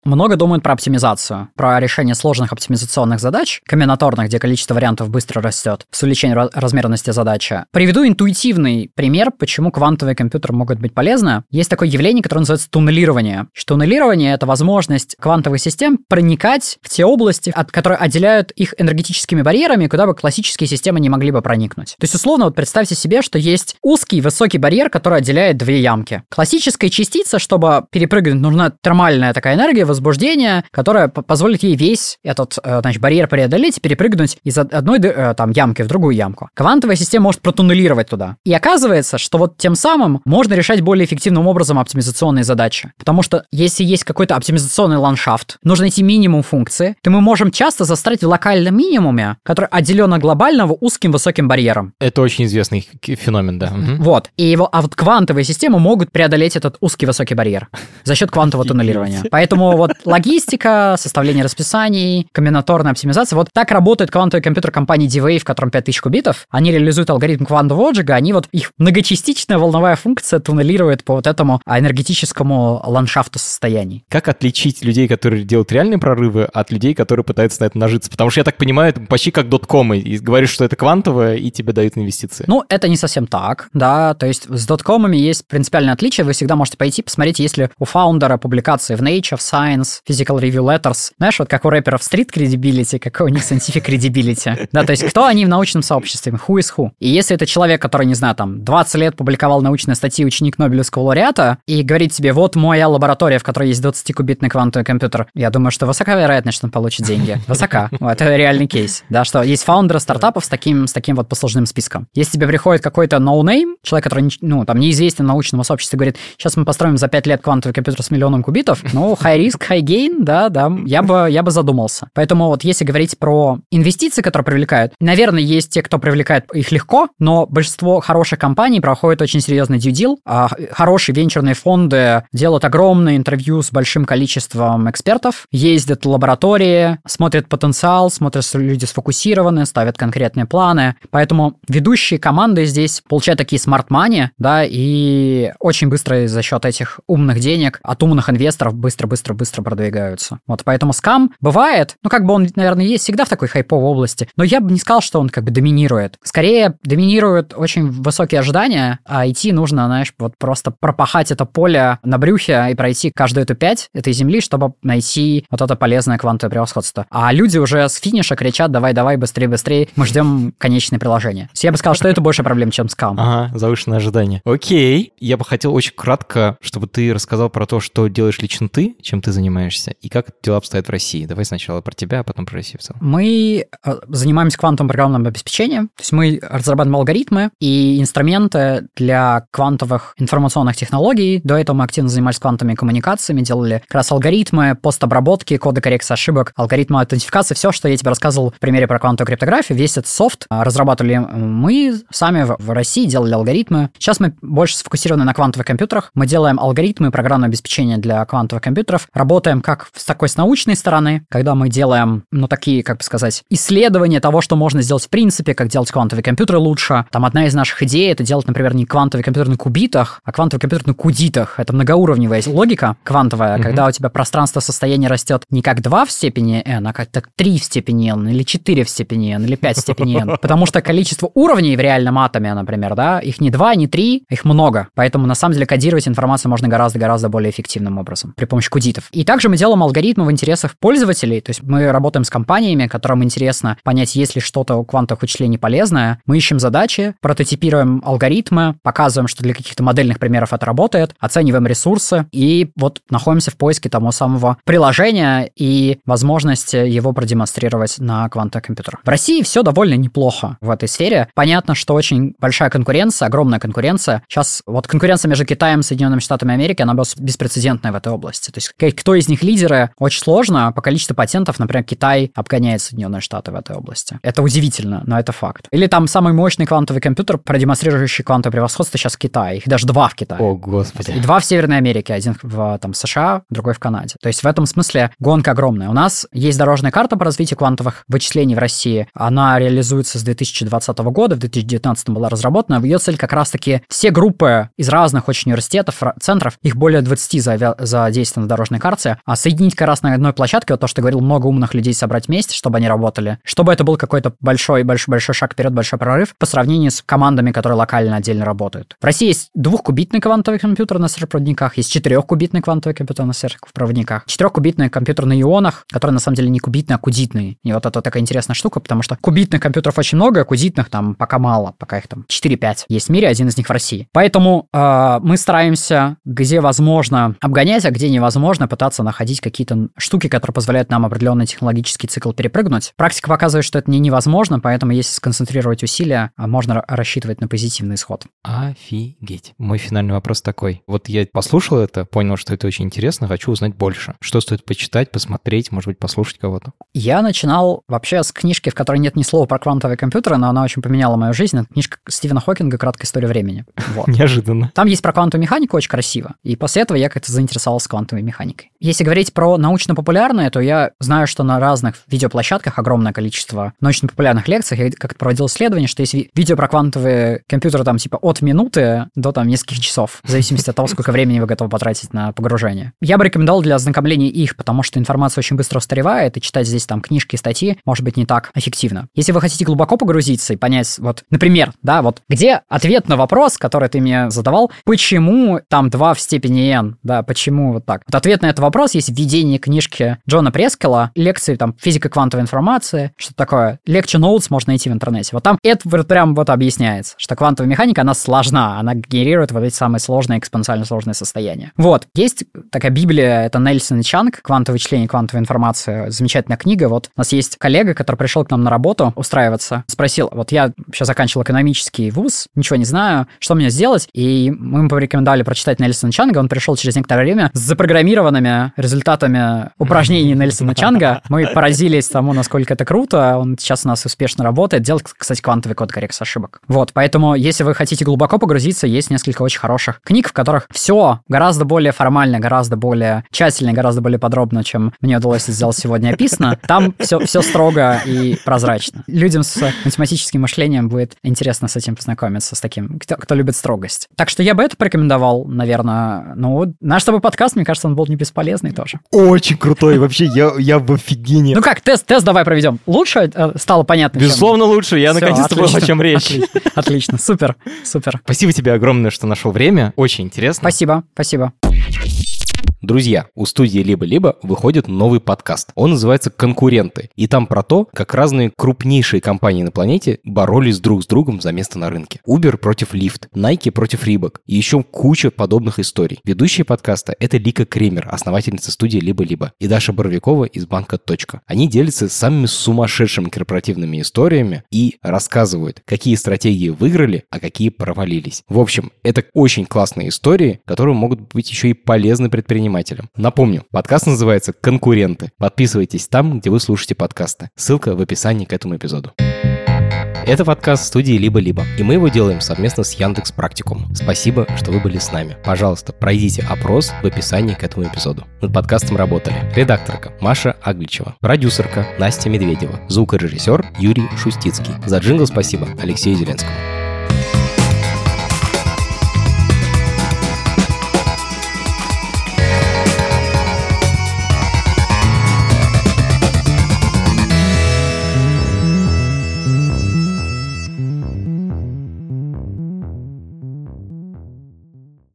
много думают про оптимизацию, про решение сложных оптимизационных задач, комбинаторных, где количество вариантов быстро растет с увеличением размерности задачи. Приведу интуитивный пример, почему квантовые компьютеры могут быть полезны. Есть такое явление, которое называется туннелирование. Туннелирование — это возможность квантовых систем проникать в те области, которые отделяют их энергетическими барьерами, куда бы классические системы не могли бы проникнуть. То есть, условно, вот представьте себе, что есть узкий высокий барьер, который отделяет две ямки. Классическая частица, чтобы перепрыгнуть, нужна термальная такая энергия, возбуждение, которая позволит ей весь этот, барьер преодолеть и перепрыгнуть из одной ямки в другую ямку. Квантовая система может протуннелировать туда. И оказывается, что вот тем самым можно решать более эффективным образом оптимизационные задачи. Потому что если есть какой-то оптимизационный ландшафт, нужно найти минимум функции, то мы можем часто застрять в локальном минимуме, который отделен от глобального узким высоким барьером. Это очень известный феномен, да. Вот. А вот квантовые системы могут преодолеть этот узкий высокий барьер за счет квантового туннелирования. Поэтому вот логистика, составление расписаний, комбинаторная оптимизация. Вот так работает квантовый компьютер компании D-Wave, в котором 5000 кубитов. Они реализуют алгоритм квантового отжига, они вот их многочастичная волновая функция туннелирует по вот этому энергетическому ландшафту состояний. Как отличить людей, которые делают реальные прорывы, от людей, которые пытаются на это нажиться? Потому что, я так понимаю, это почти как доткомы. И говоришь, что это квантовое, и тебе дают инвестиции. Ну, это не совсем так, да. То есть с доткомами есть принципиальное отличие. Вы всегда можете пойти посмотреть, есть ли у фаундера публикации в Nature, в Science, Physical Review Letters. Знаешь, вот как у рэперов Street Credibility, какой у них Scientific Credibility. Да, то есть кто они в научном сообществе, who is who. И если это человек, который, не знаю, там, 20 лет публиковал научные статьи, ученик Нобелевского лауреата, и говорит тебе, вот моя лаборатория, в которой есть 20-кубитный квантовый компьютер, я думаю, что высока вероятность, что он получит деньги. Высока. Это реальный кейс. Да, что есть фаундеры стартапов с таким вот послужным списком. Если тебе приходит какой-то no-name, человек, который, неизвестен научному сообществу, говорит, сейчас мы построим за 5 лет квантовый компьютер с 1 миллионом кубитов, high risk, high gain, да, я бы задумался. Поэтому вот если говорить про инвестиции, которые привлекают, наверное, есть те, кто привлекает их легко, но большинство хороших компаний проходит очень серьезный due deal. Хорошие венчурные фонды делают огромные интервью с большим количеством экспертов, ездят в лаборатории, смотрят потенциал, смотрят, что люди сфокусированы, ставят конкретные планы. Поэтому ведущие команды здесь получают такие smart money, да, и очень быстро за счет этих умных денег от умных инвесторов быстро продвигаются. Вот поэтому скам бывает, он, наверное, есть всегда в такой хайповой области, но я бы не сказал, что он доминирует. Скорее, доминируют очень высокие ожидания, а идти нужно, знаешь, вот просто пропахать это поле на брюхе и пройти каждую эту 5 этой земли, чтобы найти вот это полезное квантовое превосходство. А люди уже с финиша кричат, давай, быстрее, мы ждем конечное приложение. Я бы сказал, что это больше проблем, чем скам. Ага, завышенное ожидание. Окей. Я бы хотел очень кратко, чтобы ты рассказал про то, что делаешь лично ты, чем ты занимаешься, и как дела обстоят в России. Давай сначала про тебя, а потом про Россию в целом. Мы занимаемся квантовым программным обеспечением, то есть мы разрабатываем алгоритмы и инструменты для квантовых информационных технологий. До этого мы активно занимались квантовыми коммуникациями, делали как раз алгоритмы постобработки, коды коррекции ошибок, алгоритмы аутентификации, все, что я тебе рассказывал в примере про квантовую криптографию, весь этот софт разрабатывали мы сами в России, делали алгоритмы. Сейчас мы больше сфокусированы на квантовых компьютерах. Мы делаем алгоритмы и программное обеспечение для квантовых компьютеров. Работаем как с научной стороны, когда мы делаем, такие, исследования того, что можно сделать в принципе, как делать квантовые компьютеры лучше. Там одна из наших идей — это делать, например, не квантовый компьютер на кубитах, а квантовый компьютер на кудитах. Это многоуровневая логика квантовая, когда у тебя пространство состояния растет не как 2 в степени n, а как 3 в степени n, или 4 в степени n, или 5 в степени n. Потому что количество уровней в реальном атоме, например, да, их не 2, не 3, их много. Поэтому, на самом деле, кодировать информацию можно гораздо более эффективным образом при помощи кудитов. И также мы делаем алгоритмы в интересах пользователей, то есть мы работаем с компаниями, которым интересно понять, есть ли что-то у квантовых вычислений полезное. Мы ищем задачи, прототипируем алгоритмы, показываем, что для каких-то модельных примеров это работает, оцениваем ресурсы и вот находимся в поиске того самого приложения и возможности его продемонстрировать на квантовых компьютерах. В России все довольно неплохо в этой сфере. Понятно, что очень большая конкуренция, огромная конкуренция. Сейчас вот конкуренция между Китаем и Соединенными Штатами Америки, она беспрецедентная в этой области. То есть кто из них лидеры, очень сложно. По количеству патентов, например, Китай обгоняет Соединенные Штаты в этой области. Это удивительно, но это факт. Или там самый мощный квантовый компьютер, продемонстрирующий квантовое превосходство, сейчас в Китае. Их даже 2 в Китае. О, господи. И 2 в Северной Америке, один в США, другой в Канаде. То есть в этом смысле гонка огромная. У нас есть дорожная карта по развитию квантовых вычислений в России. Она реализуется с 2020 года, в 2019 была разработана. Ее цель как раз-таки все группы из разных очень университетов, центров, их более 20 задействованы в дорожной карте, карте, а соединить как раз на одной площадке, вот то, что ты говорил, много умных людей собрать вместе, чтобы они работали, чтобы это был какой-то большой шаг вперед, большой прорыв по сравнению с командами, которые локально отдельно работают. В России есть 2-кубитный квантовый компьютер на сервопроводниках, есть 4-кубитный квантовый компьютер на сервопроводниках, 4-кубитный компьютер на ионах, который на самом деле не кубитный, а кудитный. И вот это такая интересная штука, потому что кубитных компьютеров очень много, а кудитных там пока мало, пока их там 4-5 есть в мире, один из них в России. Поэтому мы стараемся, где возможно, обгонять, а где невозможно, пытаться находить какие-то штуки, которые позволяют нам определенный технологический цикл перепрыгнуть. Практика показывает, что это невозможно, поэтому если сконцентрировать усилия, можно рассчитывать на позитивный исход. Офигеть. Мой финальный вопрос такой. Вот я послушал это, понял, что это очень интересно, хочу узнать больше. Что стоит почитать, посмотреть, может быть, послушать кого-то? Я начинал вообще с книжки, в которой нет ни слова про квантовые компьютеры, но она очень поменяла мою жизнь. Это книжка Стивена Хокинга «Краткая история времени». Вот. Неожиданно. Там есть про квантовую механику очень красиво, и после этого я как-то заинтересовался квантовой механикой. Если говорить про научно-популярное, то я знаю, что на разных видеоплощадках огромное количество научно-популярных лекций. Я как-то проводил исследование, что есть видео про квантовые компьютеры там типа от минуты до там нескольких часов, в зависимости от того, сколько времени вы готовы потратить на погружение. Я бы рекомендовал для ознакомления их, потому что информация очень быстро устаревает, и читать здесь там книжки и статьи может быть не так эффективно. Если вы хотите глубоко погрузиться и понять, вот, например, да, вот, где ответ на вопрос, который ты мне задавал, почему там 2 в степени n, да, почему вот так. Вот ответ на этот вопрос есть в введении книжки Джона Прескелла, лекции там физика квантовой информации, что такое, lecture notes можно найти в интернете. Вот там это прям вот объясняется, что квантовая механика, она сложна, она генерирует вот эти самые сложные, экспоненциально сложные состояния. Вот, есть такая Библия, это Нельсон и Чанг, «Квантовое вычисление, квантовая информация», замечательная книга. Вот у нас есть коллега, который пришел к нам на работу устраиваться, спросил, вот я сейчас заканчивал экономический вуз, ничего не знаю, что мне сделать, и мы ему порекомендовали прочитать Нельсона Чанга, он пришел через некоторое время с запрограммированными результатами упражнений Нельсона Чанга. Мы поразились тому, насколько это круто, он сейчас у нас успешно работает, делает, кстати, квантовый код коррекции ошибок. Вот, поэтому, если вы хотите глубоко погрузиться, есть несколько очень хороших книг, в которых все гораздо более формально, гораздо более тщательно, гораздо более подробно, чем мне удалось сделать сегодня, описано. Там все строго и прозрачно. Людям с математическим мышлением будет интересно с этим познакомиться, с таким, кто любит строгость. Так что я бы это порекомендовал, наверное. Ну, наш с тобой подкаст, мне кажется, он был не бесполезный тоже. Очень крутой, вообще, я в офигении. Ну как, тест давай проведем. Лучше стало понятно? Безусловно, лучше. Я наконец-то понял, о чем речь. Отлично, супер. Спасибо тебе огромное, что нашел время. Очень интересно. Спасибо. Друзья, у студии «Либо-либо» выходит новый подкаст. Он называется «Конкуренты». И там про то, как разные крупнейшие компании на планете боролись друг с другом за место на рынке. Uber против Lyft, Nike против Reebok и еще куча подобных историй. Ведущие подкаста — это Лика Кремер, основательница студии «Либо-либо», и Даша Боровикова из банка «Точка». Они делятся самыми сумасшедшими корпоративными историями и рассказывают, какие стратегии выиграли, а какие провалились. В общем, это очень классные истории, которые могут быть еще и полезны предпринимателям. Напомню, подкаст называется «Конкуренты». Подписывайтесь там, где вы слушаете подкасты. Ссылка в описании к этому эпизоду. Это подкаст студии «Либо-либо», и мы его делаем совместно с Яндекс.Практикум. Спасибо, что вы были с нами. Пожалуйста, пройдите опрос в описании к этому эпизоду. Над подкастом работали редакторка Маша Агличева, продюсерка Настя Медведева, звукорежиссер Юрий Шустицкий. За джингл спасибо Алексею Зеленскому.